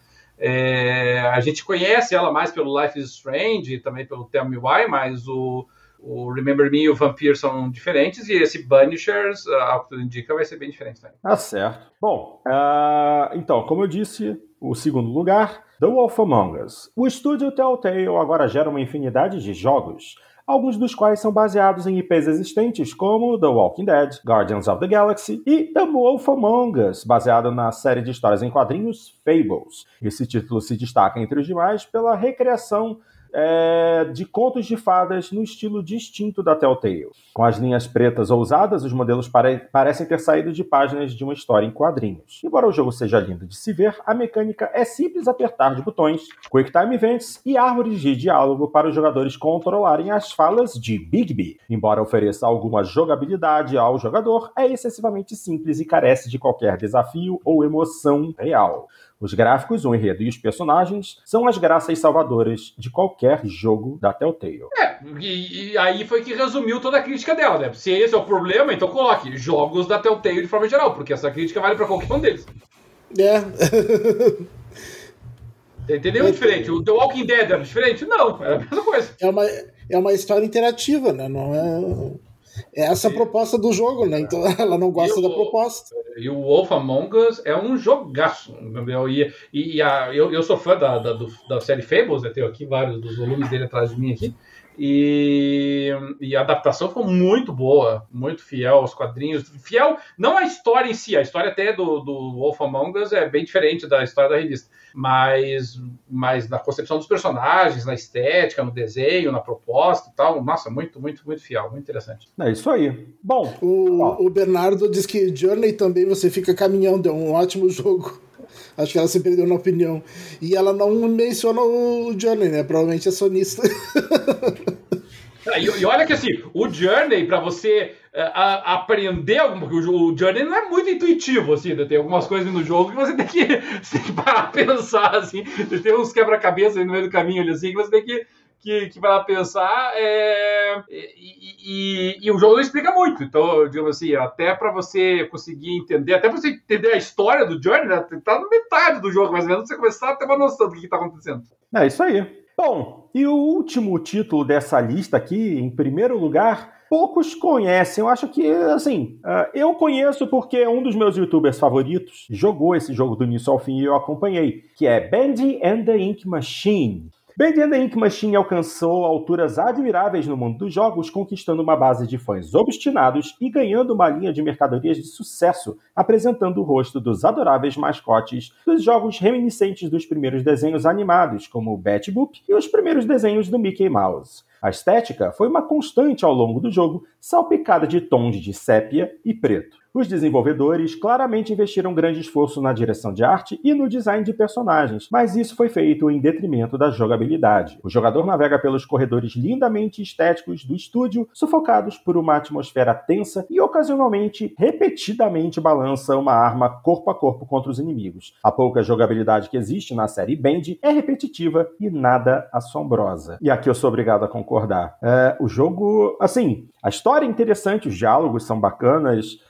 A gente conhece ela mais pelo Life is Strange e também pelo Tell Me Why, mas o Remember Me e o Vampire são diferentes, e esse Banishers, ao que tudo indica, vai ser bem diferente também. Tá certo. Bom, então, como eu disse, o segundo lugar, The Wolf Among Us. O estúdio Telltale agora gera uma infinidade de jogos, alguns dos quais são baseados em IPs existentes, como The Walking Dead, Guardians of the Galaxy e The Wolf Among Us, baseado na série de histórias em quadrinhos Fables. Esse título se destaca entre os demais pela recriação de contos de fadas no estilo distinto da Telltale. Com as linhas pretas ousadas, os modelos parecem ter saído de páginas de uma história em quadrinhos. Embora o jogo seja lindo de se ver, a mecânica é simples apertar de botões, Quick Time Events e árvores de diálogo para os jogadores controlarem as falas de Bigby. Embora ofereça alguma jogabilidade ao jogador, é excessivamente simples e carece de qualquer desafio ou emoção real. Os gráficos, o enredo e os personagens são as graças salvadoras de qualquer jogo da Telltale. E aí foi que resumiu toda a crítica dela, né? Se esse é o problema, então coloque jogos da Telltale de forma geral, porque essa crítica vale pra qualquer um deles. Entendeu? É diferente. O The Walking Dead era diferente? Não, era a mesma coisa. É uma história interativa, né? Não é... É essa a proposta do jogo, né? Então ela não gosta da proposta. E o Wolf Among Us é um jogaço, entendeu? Eu sou fã da série Fables, né? Tenho aqui vários dos volumes dele atrás de mim aqui. E a adaptação foi muito boa, muito fiel aos quadrinhos. Fiel, não a história em si, a história até do Wolf Among Us é bem diferente da história da revista, mas na concepção dos personagens, na estética, no desenho, na proposta e tal. Nossa, muito, muito, muito fiel, muito interessante. É isso aí. Bom, o Bernardo diz que Journey também você fica caminhando, é um ótimo jogo. Acho que ela se perdeu na opinião. E ela não menciona o Journey, né? Provavelmente é sonista. E olha que assim, o Journey, pra você aprender alguma coisa, o Journey não é muito intuitivo, assim, né? Tem algumas coisas no jogo que você tem que parar a pensar, assim. Tem uns quebra-cabeça no meio do caminho ali, assim, que você tem que vai lá pensar, e o jogo não explica muito. Então, digamos assim, até para você conseguir entender, até para você entender a história do Journey, né, tá na metade do jogo, mais ou menos, você começar a ter uma noção do que tá acontecendo. É isso aí. Bom, e o último título dessa lista aqui, em primeiro lugar, poucos conhecem. Eu acho que, assim, eu conheço porque um dos meus youtubers favoritos jogou esse jogo do início ao fim e eu acompanhei, que é Bendy and the Ink Machine. Bendy and the Ink Machine alcançou alturas admiráveis no mundo dos jogos, conquistando uma base de fãs obstinados e ganhando uma linha de mercadorias de sucesso, apresentando o rosto dos adoráveis mascotes dos jogos reminiscentes dos primeiros desenhos animados, como o Betty Boop e os primeiros desenhos do Mickey Mouse. A estética foi uma constante ao longo do jogo, salpicada de tons de sépia e preto. Os desenvolvedores claramente investiram grande esforço na direção de arte e no design de personagens, mas isso foi feito em detrimento da jogabilidade. O jogador navega pelos corredores lindamente estéticos do estúdio, sufocados por uma atmosfera tensa e ocasionalmente, repetidamente balança uma arma corpo a corpo contra os inimigos. A pouca jogabilidade que existe na série Bendy é repetitiva e nada assombrosa. E aqui eu sou obrigado a concordar. O jogo, assim, a história é interessante, os diálogos são bacanas,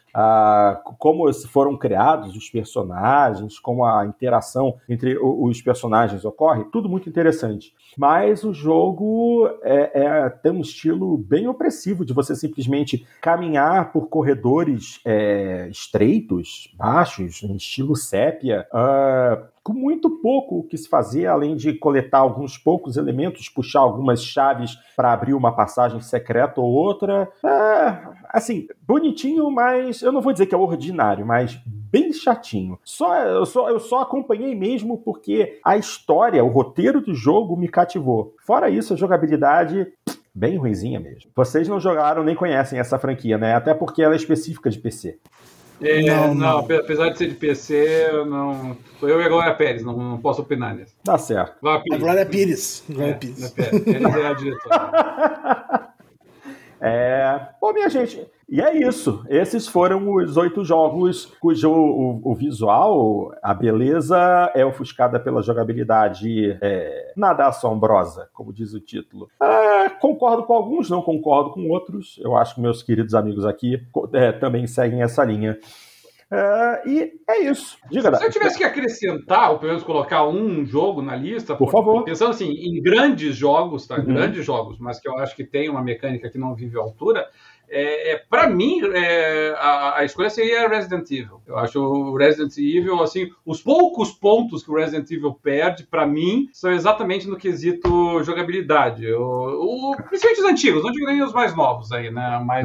como foram criados os personagens, como a interação entre os personagens ocorre, tudo muito interessante. Mas o jogo tem um estilo bem opressivo de você simplesmente caminhar por corredores estreitos, baixos, em estilo sépia, com muito pouco o que se fazer, além de coletar alguns poucos elementos, puxar algumas chaves para abrir uma passagem secreta ou outra. Assim, bonitinho, mas eu não vou dizer que é ordinário, mas bem chatinho. Eu só acompanhei mesmo porque a história, o roteiro do jogo me cativou. Fora isso, a jogabilidade... bem ruinzinha mesmo. Vocês não jogaram nem conhecem essa franquia, né? Até porque ela é específica de PC. Não, apesar de ser de PC, não. Eu e a Glória Pérez, não posso opinar nisso. Tá certo. A Glória Pires. Pires é a diretora. Bom, minha gente, e é isso. Esses foram os 8 jogos cujo o visual, a beleza é ofuscada pela jogabilidade nada assombrosa, como diz o título. Concordo com alguns, não concordo com outros. Eu acho que meus queridos amigos aqui também seguem essa linha. E é isso. Diga, se eu tivesse que acrescentar, ou pelo menos colocar um jogo na lista, por favor. Pensando assim, em grandes jogos, tá? Grandes jogos, mas que eu acho que tem uma mecânica que não vive à altura, para mim, a escolha seria Resident Evil. Eu acho o Resident Evil, assim, os poucos pontos que o Resident Evil perde, para mim, são exatamente no quesito jogabilidade. Principalmente os antigos, não digo nem os mais novos aí, né? Mas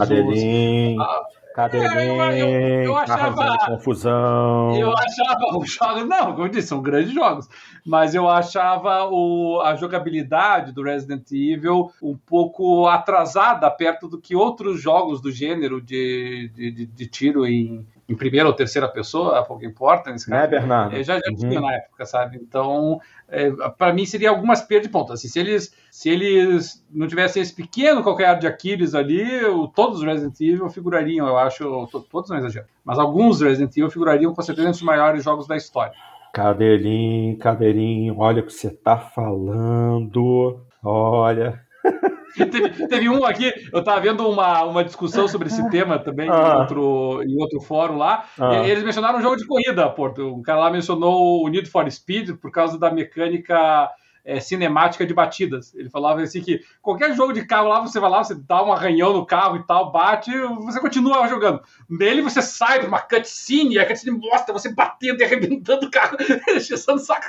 eu achava confusão. Eu achava os jogos, não, como eu disse, são grandes jogos, mas eu achava a jogabilidade do Resident Evil um pouco atrasada perto do que outros jogos do gênero de tiro em primeira ou terceira pessoa, pouco importa nesse caso. Bernardo? Já tinha na época, sabe? Então, para mim seria algumas perdas de ponto. Assim, se eles não tivessem esse pequeno calcanhar de Aquiles ali, todos os Resident Evil figurariam, eu acho, todos não exagero, mas alguns Resident Evil figurariam com certeza entre os maiores jogos da história. Cadeirinho, olha o que você tá falando, olha... Teve um aqui, eu estava vendo uma discussão sobre esse tema também em outro fórum lá, e eles mencionaram um jogo de corrida, Porto. Um cara lá mencionou o Need for Speed por causa da mecânica cinemática de batidas. Ele falava assim que qualquer jogo de carro lá, você vai lá, você dá um arranhão no carro e tal, bate, você continua jogando. Nele você sai de uma cutscene e a cutscene mostra você batendo e arrebentando o carro, deixando o saco.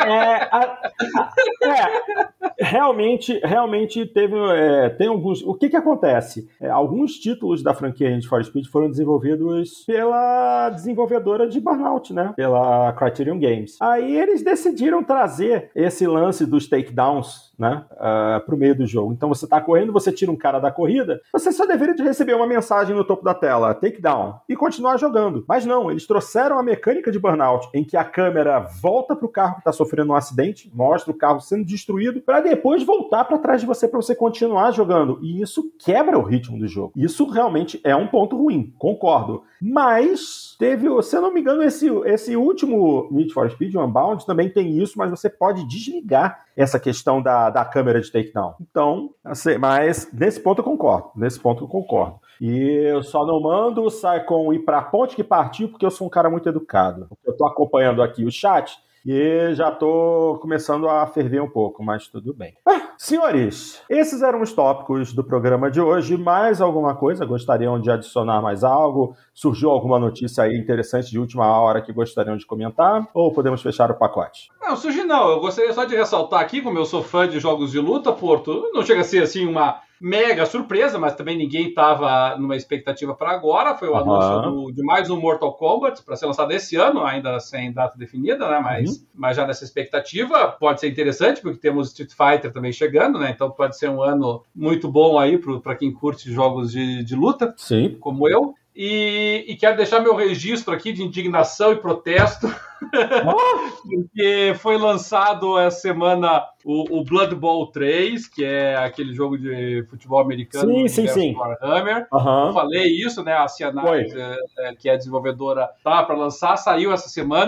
Realmente tem alguns... O que acontece? Alguns títulos da franquia Need for Speed foram desenvolvidos pela desenvolvedora de Burnout, né? Pela Criterion Games. Aí eles decidiram trazer esse lance dos takedowns, né? Pro meio do jogo. Então você tá correndo, você tira um cara da corrida, você só deveria receber uma mensagem no topo da tela, takedown, e continuar jogando. Mas não, eles trouxeram a mecânica de Burnout, em que a câmera volta pro carro que tá sofrendo um acidente, mostra o carro sendo destruído, para depois voltar para trás de você para você continuar jogando. E isso quebra o ritmo do jogo. Isso realmente é um ponto ruim, concordo. Mas teve, se eu não me engano, esse último Need for Speed Unbound também tem isso, mas você pode desligar essa questão da câmera de takedown. Então, assim, mas nesse ponto eu concordo. E eu só não mando o Saikon ir para a ponte que partiu, porque eu sou um cara muito educado. Eu tô acompanhando aqui o chat e já tô começando a ferver um pouco, mas tudo bem. Senhores, esses eram os tópicos do programa de hoje. Mais alguma coisa? Gostariam de adicionar mais algo? Surgiu alguma notícia aí interessante de última hora que gostariam de comentar? Ou podemos fechar o pacote? Não, surgiu não. Eu gostaria só de ressaltar aqui, como eu sou fã de jogos de luta, Porto, não chega a ser assim uma mega surpresa, mas também ninguém estava numa expectativa para agora. Foi o anúncio de mais um Mortal Kombat para ser lançado esse ano, ainda sem data definida, né? Mas já nessa expectativa pode ser interessante, porque temos Street Fighter também chegando, né? Então pode ser um ano muito bom aí para quem curte jogos de luta, sim, como eu. E quero deixar meu registro aqui de indignação e protesto, porque foi lançado essa semana o Blood Bowl 3, que é aquele jogo de futebol americano sim. Warhammer. Eu falei isso, né? A Cyanide, que é a desenvolvedora, tá para lançar, saiu essa semana.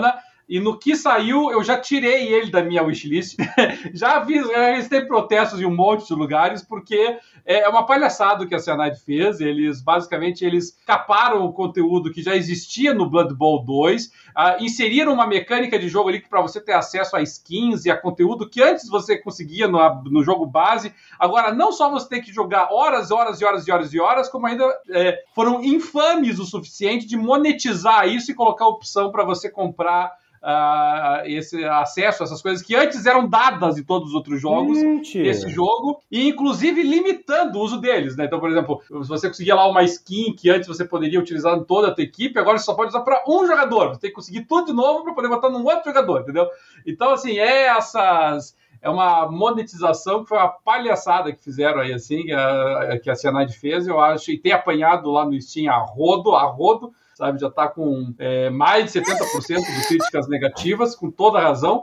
e no que saiu, eu já tirei ele da minha wishlist. Já tem protestos em um monte de lugares, porque é uma palhaçada o que a Cyanide fez. Eles caparam o conteúdo que já existia no Blood Bowl 2, inseriram uma mecânica de jogo ali para você ter acesso a skins e a conteúdo que antes você conseguia no jogo base. Agora, não só você tem que jogar horas, como ainda foram infames o suficiente de monetizar isso e colocar a opção para você comprar esse acesso a essas coisas que antes eram dadas em todos os outros jogos, esse jogo, e inclusive limitando o uso deles, né? Então, por exemplo, se você conseguia lá uma skin que antes você poderia utilizar em toda a tua equipe, agora você só pode usar para um jogador, você tem que conseguir tudo de novo para poder botar num outro jogador, entendeu? Então, assim, é uma monetização que foi uma palhaçada que fizeram aí, assim, que a Cyanide fez, eu acho, e tem apanhado lá no Steam a rodo, sabe, já está com mais de 70% de críticas negativas, com toda a razão,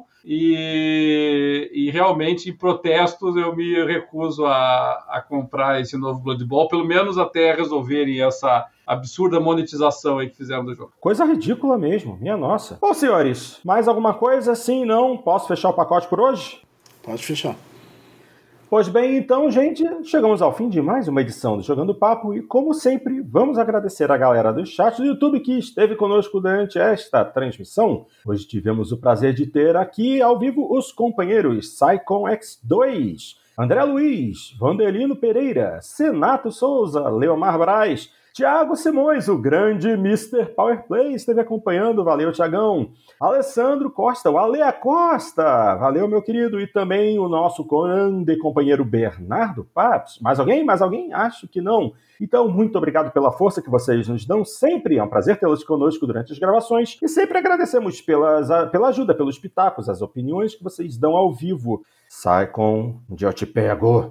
e realmente, em protestos, eu me recuso a comprar esse novo Blood Bowl, pelo menos até resolverem essa absurda monetização aí que fizeram do jogo. Coisa ridícula mesmo, minha nossa. Bom, senhores, mais alguma coisa? Sim, não? Posso fechar o pacote por hoje? Pode fechar. Pois bem, então, gente, chegamos ao fim de mais uma edição do Jogando Papo e, como sempre, vamos agradecer a galera do chat do YouTube que esteve conosco durante esta transmissão. Hoje tivemos o prazer de ter aqui ao vivo os companheiros Psycon X2, André Luiz, Vandelino Pereira, Senato Souza, Leomar Braz, Thiago Simões, o grande Mr. Powerplay, esteve acompanhando, valeu, Thiagão. Alessandro Costa, o Ale Costa, valeu, meu querido. E também o nosso grande companheiro Bernardo Papes. Mais alguém? Acho que não. Então, muito obrigado pela força que vocês nos dão sempre. É um prazer tê-los conosco durante as gravações. E sempre agradecemos pela ajuda, pelos pitacos, as opiniões que vocês dão ao vivo. Sai com onde eu te pego.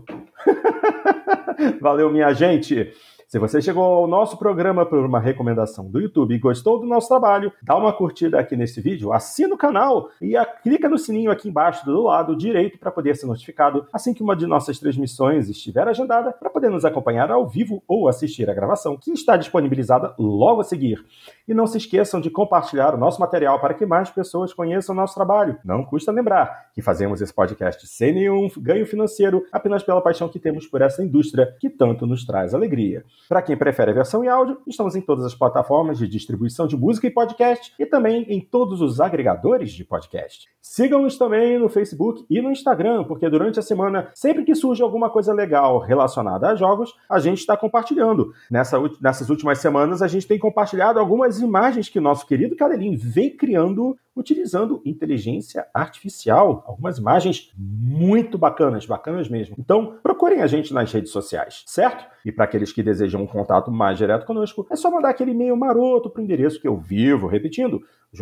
Valeu, minha gente. Se você chegou ao nosso programa por uma recomendação do YouTube e gostou do nosso trabalho, dá uma curtida aqui nesse vídeo, assina o canal e clica no sininho aqui embaixo do lado direito para poder ser notificado assim que uma de nossas transmissões estiver agendada, para poder nos acompanhar ao vivo ou assistir a gravação, que está disponibilizada logo a seguir. E não se esqueçam de compartilhar o nosso material para que mais pessoas conheçam o nosso trabalho. Não custa lembrar que fazemos esse podcast sem nenhum ganho financeiro, apenas pela paixão que temos por essa indústria que tanto nos traz alegria. Para quem prefere a versão em áudio, estamos em todas as plataformas de distribuição de música e podcast e também em todos os agregadores de podcast. Sigam-nos também no Facebook e no Instagram, porque durante a semana, sempre que surge alguma coisa legal relacionada a jogos, a gente está compartilhando. Nessas últimas semanas, a gente tem compartilhado algumas imagens que o nosso querido Cadelin vem criando utilizando inteligência artificial. Algumas imagens muito bacanas mesmo. Então, procurem a gente nas redes sociais, certo? E para aqueles que desejam um contato mais direto conosco, é só mandar aquele e-mail maroto para o endereço que eu vivo repetindo,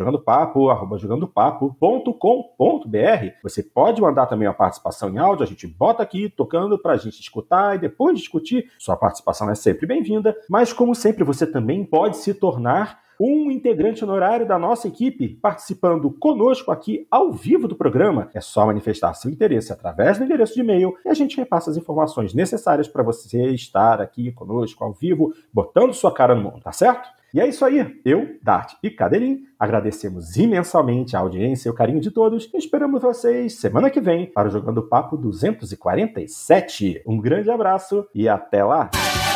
jogandopapo@jogandopapo.com.br. Você pode mandar também a participação em áudio, a gente bota aqui tocando para a gente escutar e depois discutir. Sua participação é sempre bem-vinda, mas como sempre você também pode se tornar um integrante honorário da nossa equipe, participando conosco aqui ao vivo do programa. É só manifestar seu interesse através do endereço de e-mail e a gente repassa as informações necessárias para você estar aqui conosco ao vivo, botando sua cara no mundo, tá certo? E é isso aí. Eu, Dart e Cadelin agradecemos imensamente a audiência e o carinho de todos e esperamos vocês semana que vem para o Jogando Papo 247. Um grande abraço e até lá!